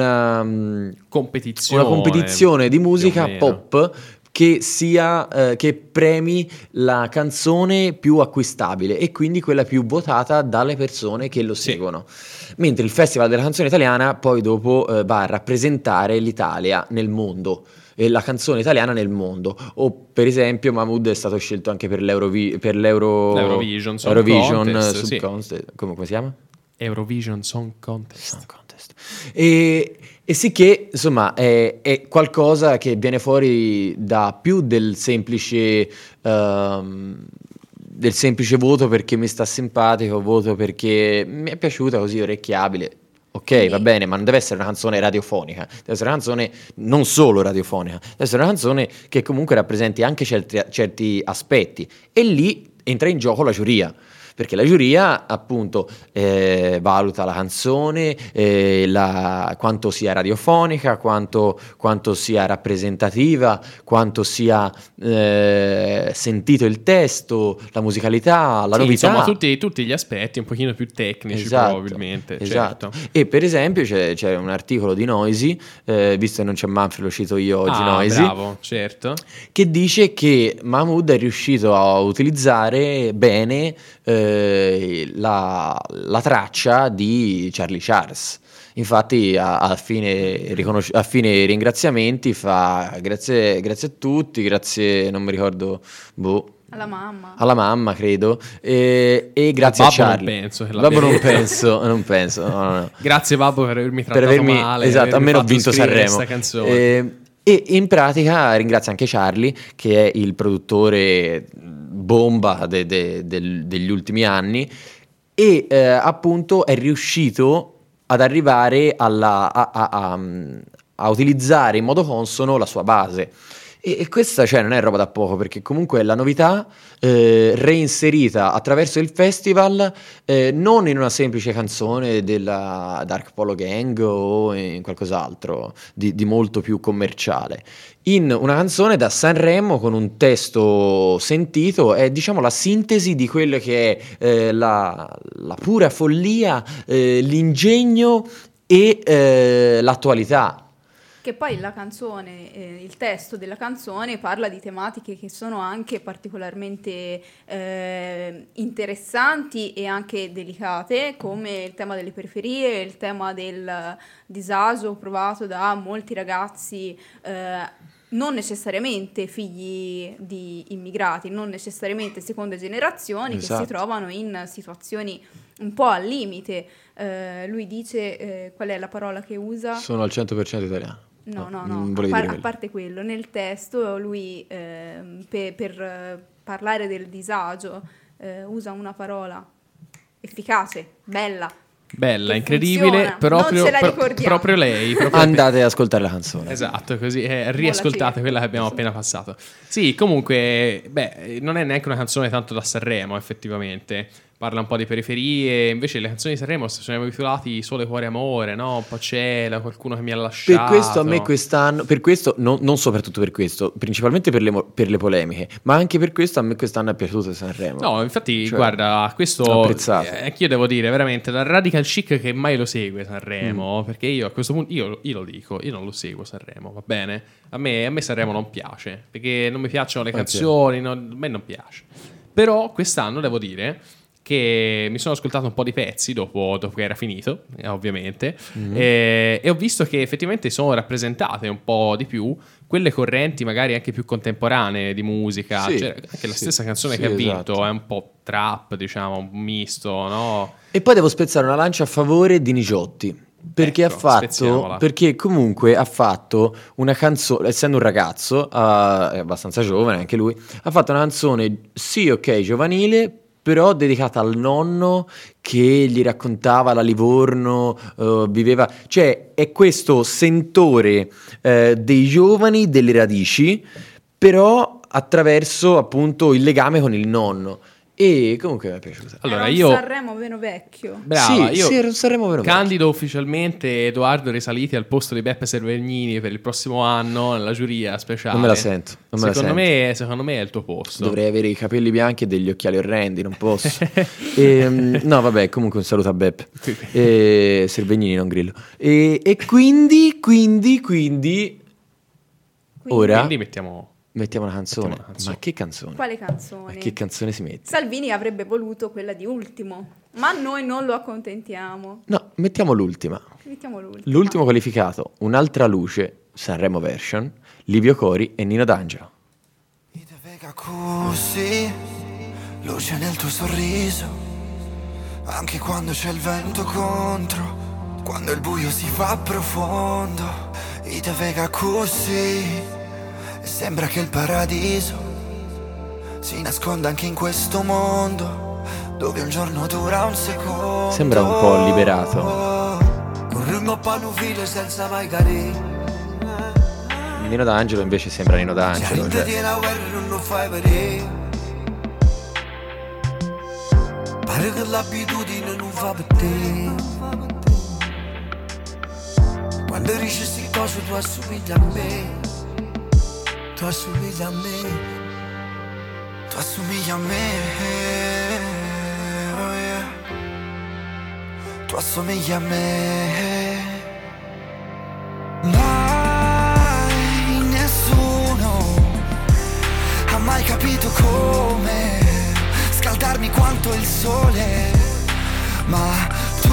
competizione di musica pop che premi la canzone più acquistabile e quindi quella più votata dalle persone che lo seguono. Mentre il Festival della canzone italiana poi dopo va a rappresentare l'Italia nel mondo e la canzone italiana nel mondo. O per esempio Mahmood è stato scelto anche per l'Eurovision Song Contest, come si chiama? Eurovision Song Contest. E sì che insomma è qualcosa che viene fuori da più del semplice voto perché mi sta simpatico, voto perché mi è piaciuta, così orecchiabile. Ok, va bene, ma non deve essere una canzone radiofonica, deve essere una canzone non solo radiofonica, deve essere una canzone che comunque rappresenti anche certi aspetti. E lì entra in gioco la giuria, perché la giuria appunto valuta la canzone, quanto sia radiofonica, quanto sia rappresentativa, quanto sia sentito il testo, la musicalità, la novità. Insomma tutti gli aspetti un pochino più tecnici, probabilmente. Esatto. Certo. E per esempio c'è un articolo di Noisy, visto che non c'è Manfred, lo cito io oggi, Noisy, bravo, certo, che dice che Mahmood è riuscito a utilizzare bene la traccia di Charlie Charles. Infatti a fine ringraziamenti fa grazie a tutti, grazie, non mi ricordo, alla mamma credo, e grazie a Charlie. Non penso, no. Grazie babbo per avermi trattato male, esatto, almeno ho vinto Sanremo. E in pratica ringrazio anche Charlie, che è il produttore bomba degli ultimi anni, e appunto è riuscito ad arrivare a utilizzare in modo consono la sua base. E questa, cioè, non è roba da poco, perché comunque è la novità reinserita attraverso il festival, non in una semplice canzone della Dark Polo Gang o in qualcos'altro di molto più commerciale, in una canzone da Sanremo con un testo sentito. È, diciamo, la sintesi di quello che è la pura follia, l'ingegno e l'attualità. Che poi la canzone, il testo della canzone parla di tematiche che sono anche particolarmente interessanti e anche delicate, come il tema delle periferie, il tema del disagio provato da molti ragazzi non necessariamente figli di immigrati, non necessariamente seconde generazioni, esatto, che si trovano in situazioni un po' al limite. Lui dice, qual è la parola che usa? Sono al 100% italiano. No, a parte quello, nel testo lui per parlare del disagio usa una parola efficace, bella, Bella, che incredibile, funziona. Non ce la ricordiamo. proprio lei. Proprio Andate ad ascoltare la canzone. Esatto, così riascoltate quella che abbiamo appena passato. Sì, comunque, non è neanche una canzone tanto da Sanremo, effettivamente. Parla un po' di periferie, invece le canzoni di Sanremo siamo abituati Sole, Cuore, Amore, no? Un po' Cielo, qualcuno che mi ha lasciato. Per questo a me quest'anno, per questo, non soprattutto per questo, principalmente per le polemiche, ma anche per questo a me quest'anno è piaciuto Sanremo. No, infatti, guarda, questo l'ho apprezzato. Anch'io devo dire, veramente, da radical chic che mai lo segue Sanremo, perché io a questo punto, io lo dico, io non lo seguo Sanremo, va bene? A me Sanremo non piace, perché non mi piacciono le canzoni, a me non piace. Però quest'anno devo dire che mi sono ascoltato un po' di pezzi dopo che era finito, ovviamente, e ho visto che effettivamente sono rappresentate un po' di più quelle correnti magari anche più contemporanee di musica, Sì, cioè, anche la stessa canzone sì, che ha vinto esatto. è un po' trap, diciamo, un misto, no? E poi devo spezzare una lancia a favore di Niciotti. Perché Ecco, spezziamola. perché comunque ha fatto una canzone, essendo un ragazzo, è abbastanza giovane anche lui, ha fatto una canzone, sì, ok, giovanile, però dedicata al nonno che gli raccontava la Livorno, viveva, cioè è questo sentore dei giovani, delle radici, però attraverso appunto il legame con il nonno. E comunque mi è piaciuta. Allora, era un io Sanremo meno vecchio. brava, sì, io sì, saremo vero. candido ufficialmente Edoardo Risaliti al posto di Beppe Servegnini per il prossimo anno nella giuria speciale. Non me la sento, non me la Secondo me è il tuo posto. Dovrei avere i capelli bianchi e degli occhiali orrendi, non posso. No, vabbè, comunque un saluto a Beppe. Servegnini, non Grillo. E quindi ora Quindi mettiamo mettiamo una canzone. Mettiamo una canzone. Ma che canzone? Quale canzone? Ma che canzone si mette? Salvini avrebbe voluto quella di Ultimo, ma noi non lo accontentiamo. No, mettiamo l'ultima. Mettiamo l'ultimo. L'ultimo qualificato, Un'altra luce, Sanremo version, Livio Cori e Nino D'Angelo. Mi vega così, luce nel tuo sorriso, anche quando c'è il vento contro, quando il buio si fa profondo. Mi vega così, e sembra che il paradiso si nasconda anche in questo mondo, dove un giorno dura un secondo. Sembra un po' liberato. Corremmo a un filo senza mai cadere. Nino D'Angelo invece sembra Nino Se D'Angelo. non ti tiene la guerra non lo fai vedere. Pare che l'abitudine non fa per te. Quando dici sti cose tu assomigli a me. Tu assomigli a me. Tu assomigli a me. Oh yeah. Tu assomigli a me. Mai nessuno ha mai capito come scaldarmi quanto il sole, ma tu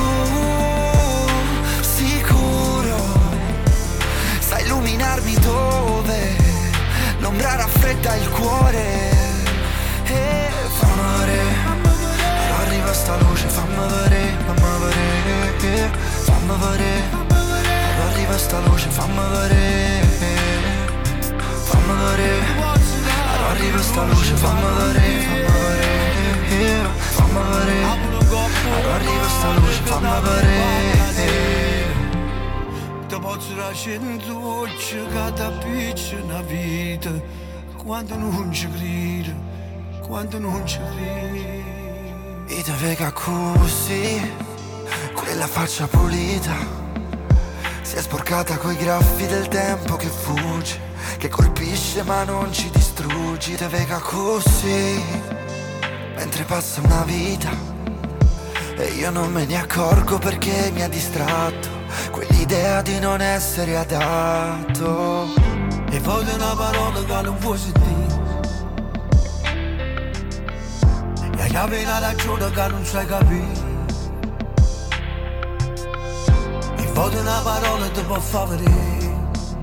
sicuro sai illuminarmi dove l'ombra raffredda il cuore. E fammi vedere, allora arriva sta luce, fammi vedere, fammi vedere, fammi vedere. Arriva sta luce, fammi vedere, fammi vedere. Allora arriva sta luce, fammi vedere, fammi vedere. Allora arriva sta luce, fammi vedere. Te posso lasciare dolce che ti appiccia una vita, quando non ci credi, quando non ci credi. E te vega così, quella faccia pulita si è sporcata coi graffi del tempo che fugge, che colpisce ma non ci distruggi. Te vega così, mentre passa una vita e io non me ne accorgo perché mi ha distratto quell'idea di non essere adatto. E voglio una parola che non vuoi sentire, e hai una ragione che non sai capire. Voglio una parola ti può far vedere,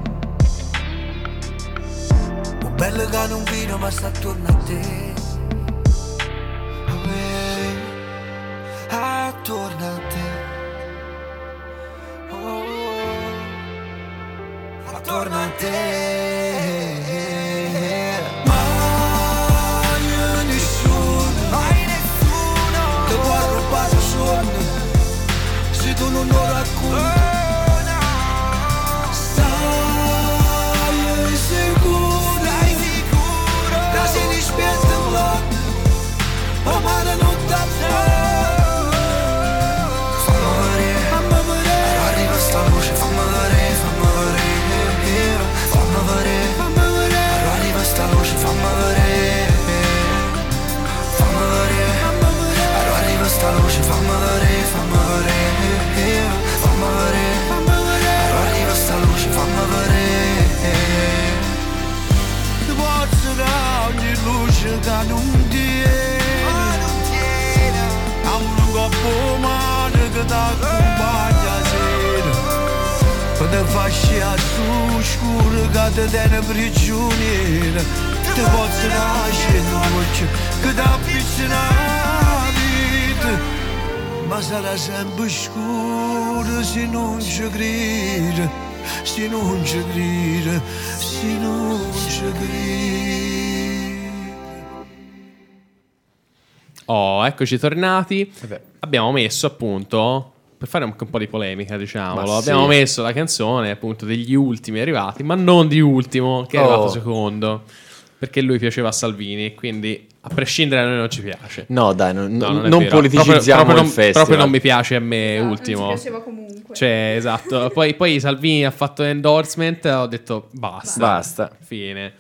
un bello che non vino ma sta attorno a te. Attorno a te. Oh, attorno a te. Mai nessuno, mai che non tiene, a un coppo mano che ti accompagna sera, quando fasci a su scuro che ti tiene prigioniera, ti posso nascere dolce che ti avvicina la vita. Ma sarà sempre scuro se non ci crede, se non ci crede, se non ci crede. Oh, eccoci tornati. Abbiamo messo appunto, per fare anche un po' di polemica, diciamolo, abbiamo messo la canzone appunto degli ultimi arrivati, ma non di ultimo, che è arrivato secondo, perché lui piaceva a Salvini e quindi a prescindere da noi non ci piace. No, dai, non non politicizziamo il festival. Proprio non mi piace a me ultimo. Non ci piaceva comunque. Cioè, esatto. Poi Salvini ha fatto endorsement, ho detto basta. Fine.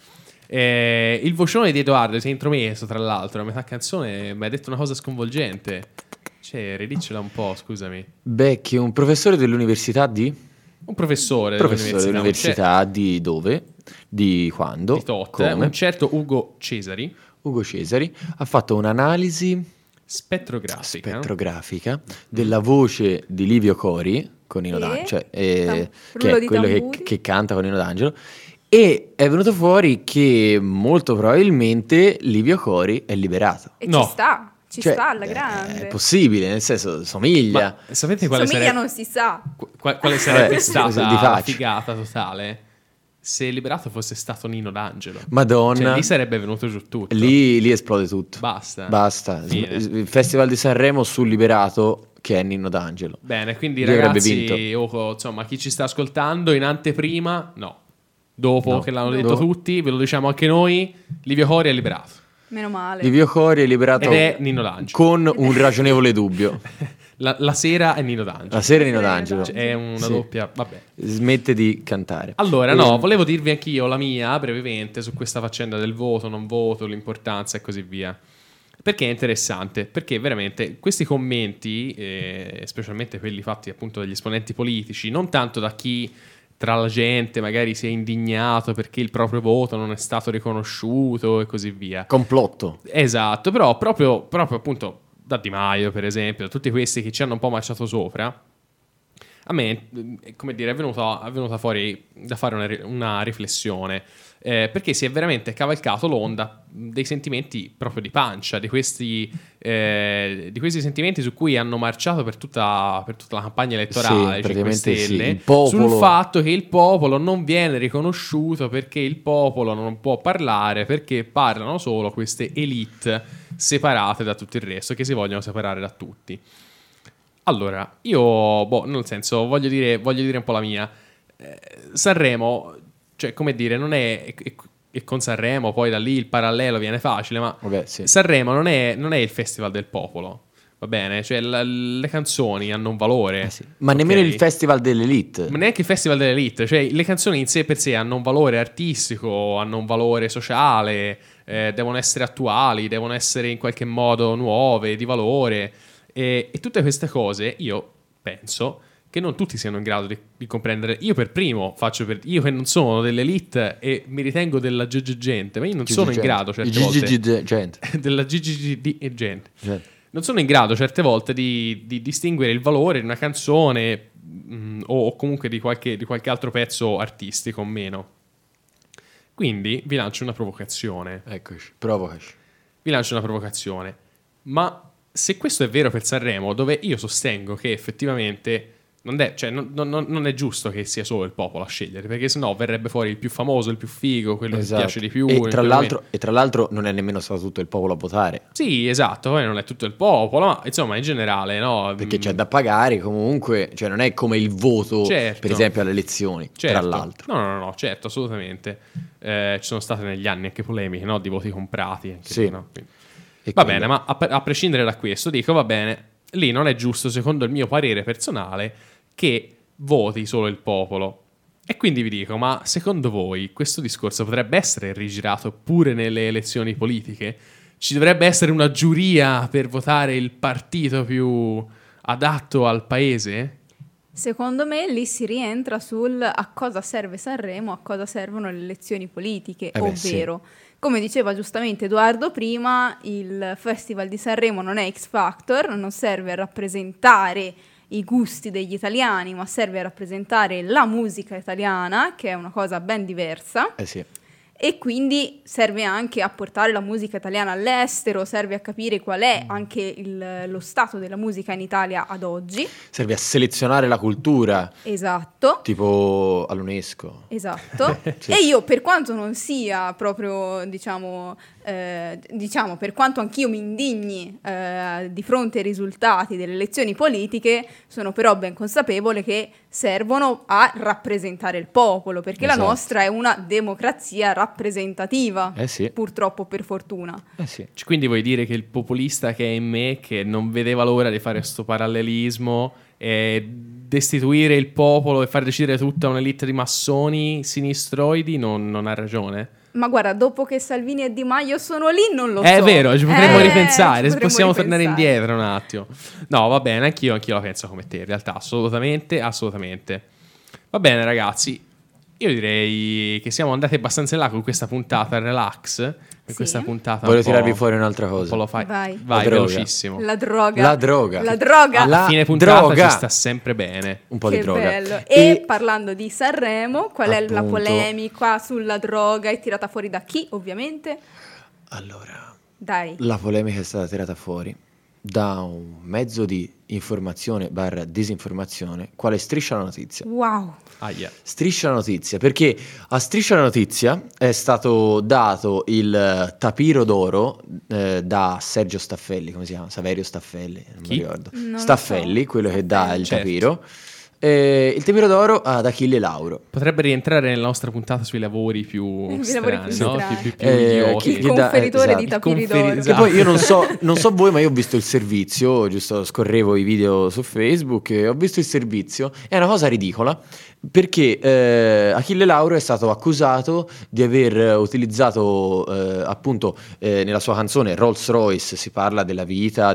Il vocione di Edoardo si è intromesso, tra l'altro, a metà canzone mi ha detto una cosa sconvolgente. Cioè, ridiccela un po', scusami. Becchi, un professore dell'università di? Un professore dell'università di dove? Di quando? Di tot, come? Un certo Ugo Cesari ha fatto un'analisi spettrografica della voce di Livio Cori con Nino D'Angelo, che è quello che canta con Nino D'Angelo, e è venuto fuori che molto probabilmente Livio Cori è liberato. E no. Ci sta alla grande. È possibile, nel senso, somiglia. Ma sapete quale somiglia non si sa. Quale sarebbe stata di la figata totale? Se liberato fosse stato Nino D'Angelo. Madonna. Cioè, lì sarebbe venuto giù tutto. Lì esplode tutto. Basta. Fine. Il Festival di Sanremo sul liberato, che è Nino D'Angelo. Bene, quindi Lui ragazzi, insomma, chi ci sta ascoltando in anteprima, dopo che l'hanno detto tutti, ve lo diciamo anche noi, Livio Cori è liberato. Meno male. Livio Cori è liberato ed è Nino D'Angelo. Con un ragionevole dubbio. La sera è Nino D'Angelo. La sera è Nino D'Angelo. Cioè, è una doppia, vabbè. Smette di cantare. Allora, volevo dirvi anch'io la mia brevemente su questa faccenda del voto, non voto, l'importanza e così via. Perché è interessante? Perché veramente questi commenti, specialmente quelli fatti appunto dagli esponenti politici, non tanto da chi tra la gente magari si è indignato perché il proprio voto non è stato riconosciuto e così via. Complotto. Esatto, però proprio appunto da Di Maio, per esempio, da tutti questi che ci hanno un po' marciato sopra, a me, come dire, è venuta fuori da fare una riflessione, perché si è veramente cavalcato l'onda dei sentimenti proprio di pancia, di questi sentimenti su cui hanno marciato per tutta la campagna elettorale, 5 Stelle, sul fatto che il popolo non viene riconosciuto perché il popolo non può parlare, perché parlano solo queste elite separate da tutto il resto, che si vogliono separare da tutti. Allora, io, nel senso, voglio dire un po' la mia. Sanremo, cioè, come dire, non è... E con Sanremo poi da lì il parallelo viene facile, ma Sanremo non è il festival del popolo, va bene? Cioè le canzoni hanno un valore. Ma nemmeno il festival dell'elite. Ma neanche il festival dell'elite, cioè le canzoni in sé per sé hanno un valore artistico, hanno un valore sociale, devono essere attuali, devono essere in qualche modo nuove, di valore, e tutte queste cose io penso che non tutti siano in grado di comprendere. Io per primo io che non sono dell'elite e mi ritengo della gente, ma io non sono in grado certe volte della gente. Non sono in grado certe volte di distinguere il valore di una canzone o comunque di qualche altro pezzo artistico o meno. Quindi vi lancio una provocazione. Eccoci, provocaci. Vi lancio una provocazione. Ma se questo è vero per Sanremo, dove io sostengo che effettivamente non è giusto che sia solo il popolo a scegliere, perché sennò verrebbe fuori il più famoso, il più figo, quello che piace di più. E tra l'altro non è nemmeno stato tutto il popolo a votare. Sì, esatto, poi non è tutto il popolo, ma insomma in generale, no? Perché c'è da pagare comunque, cioè non è come il voto, per esempio alle elezioni, tra l'altro. No, certo, assolutamente. Ci sono state negli anni anche polemiche, no? Di voti comprati. Anche sì. Lì, no? Va bene, ma a prescindere da questo, dico, va bene, lì non è giusto, secondo il mio parere personale, che voti solo il popolo. E quindi vi dico, ma secondo voi questo discorso potrebbe essere rigirato pure nelle elezioni politiche? Ci dovrebbe essere una giuria per votare il partito più adatto al paese? Secondo me lì si rientra sul a cosa serve Sanremo, a cosa servono le elezioni politiche, ovvero, come diceva giustamente Edoardo prima, il Festival di Sanremo non è X Factor, non serve a rappresentare i gusti degli italiani, ma serve a rappresentare la musica italiana, che è una cosa ben diversa. Sì. E quindi serve anche a portare la musica italiana all'estero, serve a capire qual è anche lo stato della musica in Italia ad oggi. Serve a selezionare la cultura. Esatto. Tipo all'UNESCO. Esatto. Sì. E io, per quanto non sia proprio, diciamo, per quanto anch'io mi indigni di fronte ai risultati delle elezioni politiche, sono però ben consapevole che servono a rappresentare il popolo, perché la nostra è una democrazia rappresentativa, sì. purtroppo, per fortuna. Sì. Quindi vuoi dire che il populista che è in me, che non vedeva l'ora di fare questo parallelismo e destituire il popolo e far decidere tutta un'elite di massoni sinistroidi, non ha ragione? Ma guarda, dopo che Salvini e Di Maio sono lì, non lo so. È vero, ci potremmo ripensare, ci potremmo possiamo ripensare. tornare indietro un attimo. No, va bene, anch'io la penso come te, in realtà, assolutamente. Va bene, ragazzi, io direi che siamo andati abbastanza in là con questa puntata relax. Sì. Questa puntata Voglio un po', tirarvi fuori un'altra un po' cosa. lo fai. Vai. Vai, La droga. velocissimo. La droga. La droga. La droga. La A fine puntata droga. ci sta sempre bene. Un po' Che di droga. bello. E parlando di Sanremo, qual è la Appunto. polemica sulla droga? È tirata fuori da chi, ovviamente? Allora, Dai. la polemica è stata tirata fuori da un mezzo di informazione / disinformazione, quale Striscia la Notizia. Wow. Ahia. Striscia la Notizia, perché a Striscia la Notizia è stato dato il tapiro d'oro da Sergio Staffelli, come si chiama? Saverio Staffelli, non Chi? mi ricordo. Non lo Staffelli, so. quello che dà il Certo. tapiro. Il tapiro d'oro ad Achille Lauro. Potrebbe rientrare nella nostra puntata sui lavori più strani, più no? strani. Più idioti. Il conferitore di esatto. tapiri d'oro. Che poi io non so voi, ma io ho visto il servizio, giusto, scorrevo i video su Facebook e ho visto il servizio. È una cosa ridicola, perché Achille Lauro è stato accusato di aver utilizzato appunto nella sua canzone Rolls Royce, si parla della vita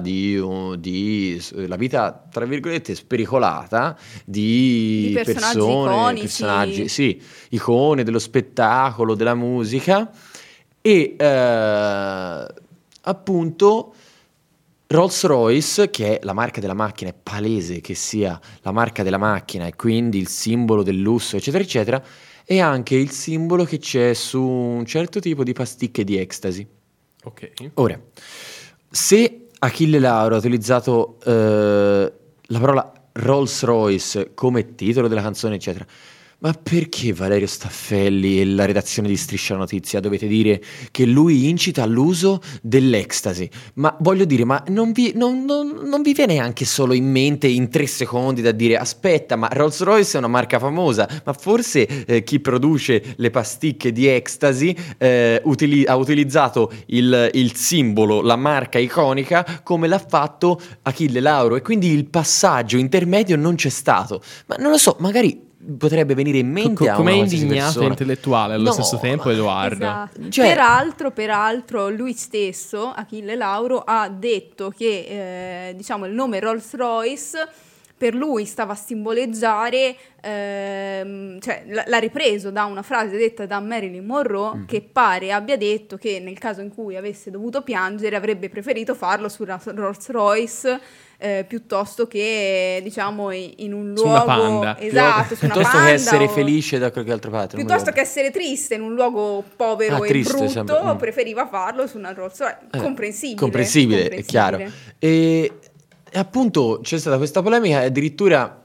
la vita tra virgolette spericolata di personaggi persone, iconici. personaggi, sì, icone dello spettacolo, della musica, e appunto Rolls-Royce, che è la marca della macchina, è palese che sia la marca della macchina e quindi il simbolo del lusso, eccetera, eccetera, è anche il simbolo che c'è su un certo tipo di pasticche di ecstasy. Ok. Ora, se Achille Lauro ha utilizzato la parola Rolls-Royce come titolo della canzone, eccetera, ma perché Valerio Staffelli e la redazione di Striscia la Notizia dovete dire che lui incita all'uso dell'ecstasy? Ma voglio dire, ma non vi viene anche solo in mente in 3 secondi da dire aspetta, ma Rolls-Royce è una marca famosa, ma forse chi produce le pasticche di ecstasy ha utilizzato il simbolo, la marca iconica come l'ha fatto Achille Lauro, e quindi il passaggio intermedio non c'è stato. Ma non lo so, magari potrebbe venire in mente a Come una è qualsiasi indignato e persona. intellettuale allo No, stesso tempo Edoardo. Esatto. Cioè- Peraltro lui stesso, Achille Lauro, ha detto che diciamo il nome Rolls Royce per lui stava a simboleggiare, cioè l'ha ripreso da una frase detta da Marilyn Monroe, che pare abbia detto che nel caso in cui avesse dovuto piangere avrebbe preferito farlo su una Rolls Royce piuttosto che diciamo in un Su una luogo, Panda. esatto, su una Piuttosto Panda che essere o- felice da qualche altra parte. non mi piuttosto che ricordo. essere triste in un luogo povero e triste, brutto, sempre. preferiva farlo su una Rolls Royce. Comprensibile, è chiaro. E appunto c'è stata questa polemica e addirittura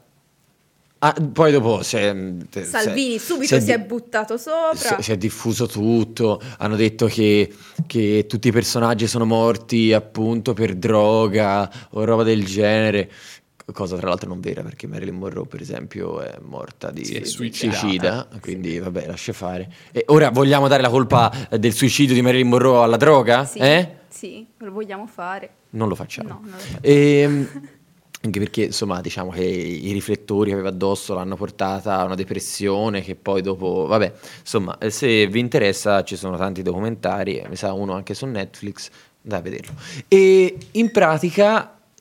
poi dopo Salvini subito si è buttato sopra. si è diffuso tutto, hanno detto che tutti i personaggi sono morti appunto per droga o roba del genere, cosa tra l'altro non vera, perché Marilyn Monroe per esempio è morta di Si è suicidata. suicida, quindi vabbè, lascia fare. E ora vogliamo dare la colpa del suicidio di Marilyn Monroe alla droga? Sì, sì, lo vogliamo fare. Non lo facciamo. No, non lo facciamo. Anche perché insomma diciamo che i riflettori che aveva addosso l'hanno portata a una depressione che poi dopo, vabbè, insomma, se vi interessa ci sono tanti documentari, mi sa uno anche su Netflix, andate a vederlo. E in pratica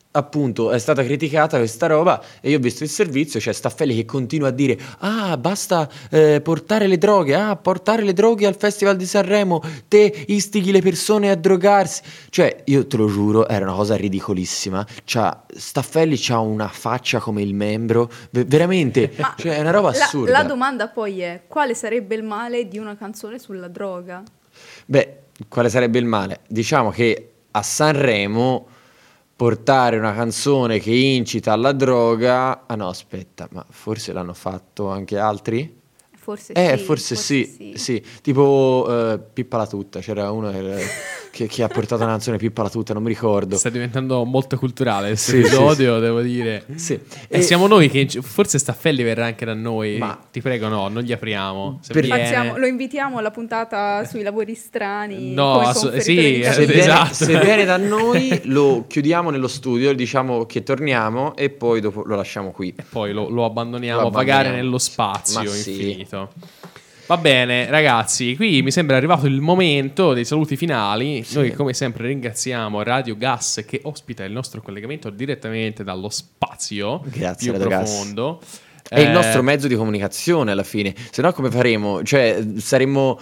appunto è stata criticata questa roba e io ho visto il servizio, c'è Staffelli che continua a dire basta portare le droghe al Festival di Sanremo, te istighi le persone a drogarsi, cioè io te lo giuro era una cosa ridicolissima. Staffelli c'ha una faccia come il membro, veramente, cioè è una roba assurda. La domanda poi è: quale sarebbe il male di una canzone sulla droga? Beh, quale sarebbe il male? Diciamo che a Sanremo portare una canzone che incita alla droga... Ah no, aspetta, ma forse l'hanno fatto anche altri? Forse sì. Tipo Pippa la Tutta, c'era uno che ha portato una canzone Pippa la Tutta, non mi ricordo. Sta diventando molto culturale questo episodio, devo dire. Sì. E siamo noi che... Forse Staffelli verrà anche da noi. Ma ti prego, no, non gli apriamo. Lo invitiamo alla puntata sui lavori strani. No, esatto. Se viene da noi lo chiudiamo nello studio, diciamo che torniamo e poi dopo lo lasciamo qui. E poi lo abbandoniamo a vagare nello spazio infinito. Va bene, ragazzi, qui mi sembra arrivato il momento dei saluti finali. Sì. Noi, come sempre, ringraziamo Radio Gas che ospita il nostro collegamento direttamente dallo spazio. Grazie, più Radio profondo. Gas. È il nostro mezzo di comunicazione alla fine. Se no, come faremo? Cioè, saremmo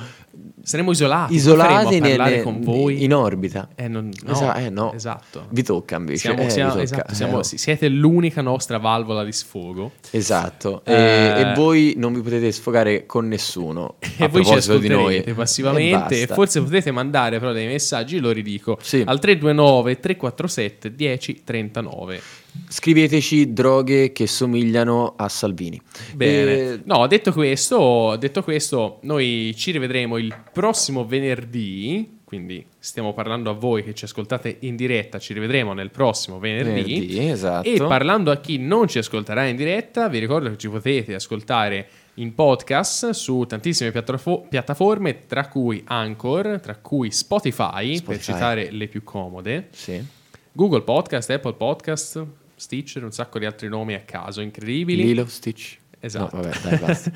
isolati con voi in orbita. No. Esatto. Vi tocca invece. Siete l'unica nostra valvola di sfogo. Esatto. E voi non vi potete sfogare con nessuno. E voi ci ascolterete di noi passivamente e forse potete mandare però dei messaggi, lo ridico, al 329 347 1039. Scriveteci droghe che somigliano a Salvini. Bene. No, detto questo, noi ci rivedremo il prossimo venerdì. Quindi stiamo parlando a voi che ci ascoltate in diretta, ci rivedremo nel prossimo venerdì. Esatto. E parlando a chi non ci ascolterà in diretta, vi ricordo che ci potete ascoltare in podcast su tantissime piattaforme, tra cui Anchor, tra cui Spotify, per citare le più comode. Sì. Google Podcast, Apple Podcast, Stitcher, un sacco di altri nomi a caso incredibili. Lilo Stitch. Esatto. No, vabbè, dai, basta.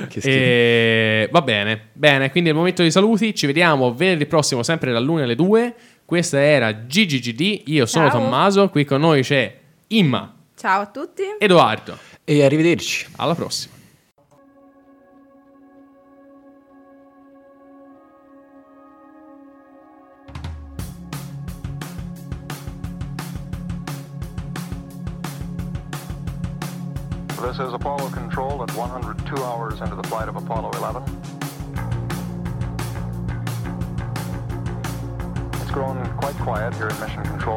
Va bene, quindi è il momento dei saluti. Ci vediamo venerdì prossimo, sempre dall'1 alle 2. Questa era GGGD. Io sono Tommaso. Qui con noi c'è Imma. Ciao a tutti. Edoardo. E arrivederci. Alla prossima. This is Apollo Control at 102 hours into the flight of Apollo 11. It's grown quite quiet here at Mission Control.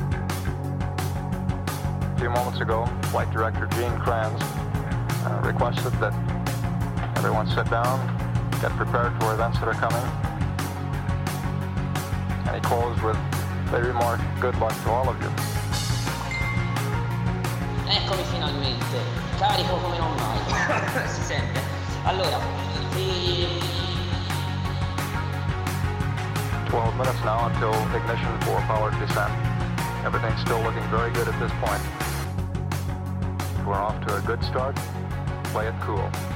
A few moments ago, Flight Director Gene Kranz requested that everyone sit down, get prepared for events that are coming. And he closed with the remark, good luck to all of you. Eccomi finalmente, carico come non mai, si sente. Allora, 12 minutes now until ignition for powered descent. Everything's still looking very good at this point. We're off to a good start. Play it cool.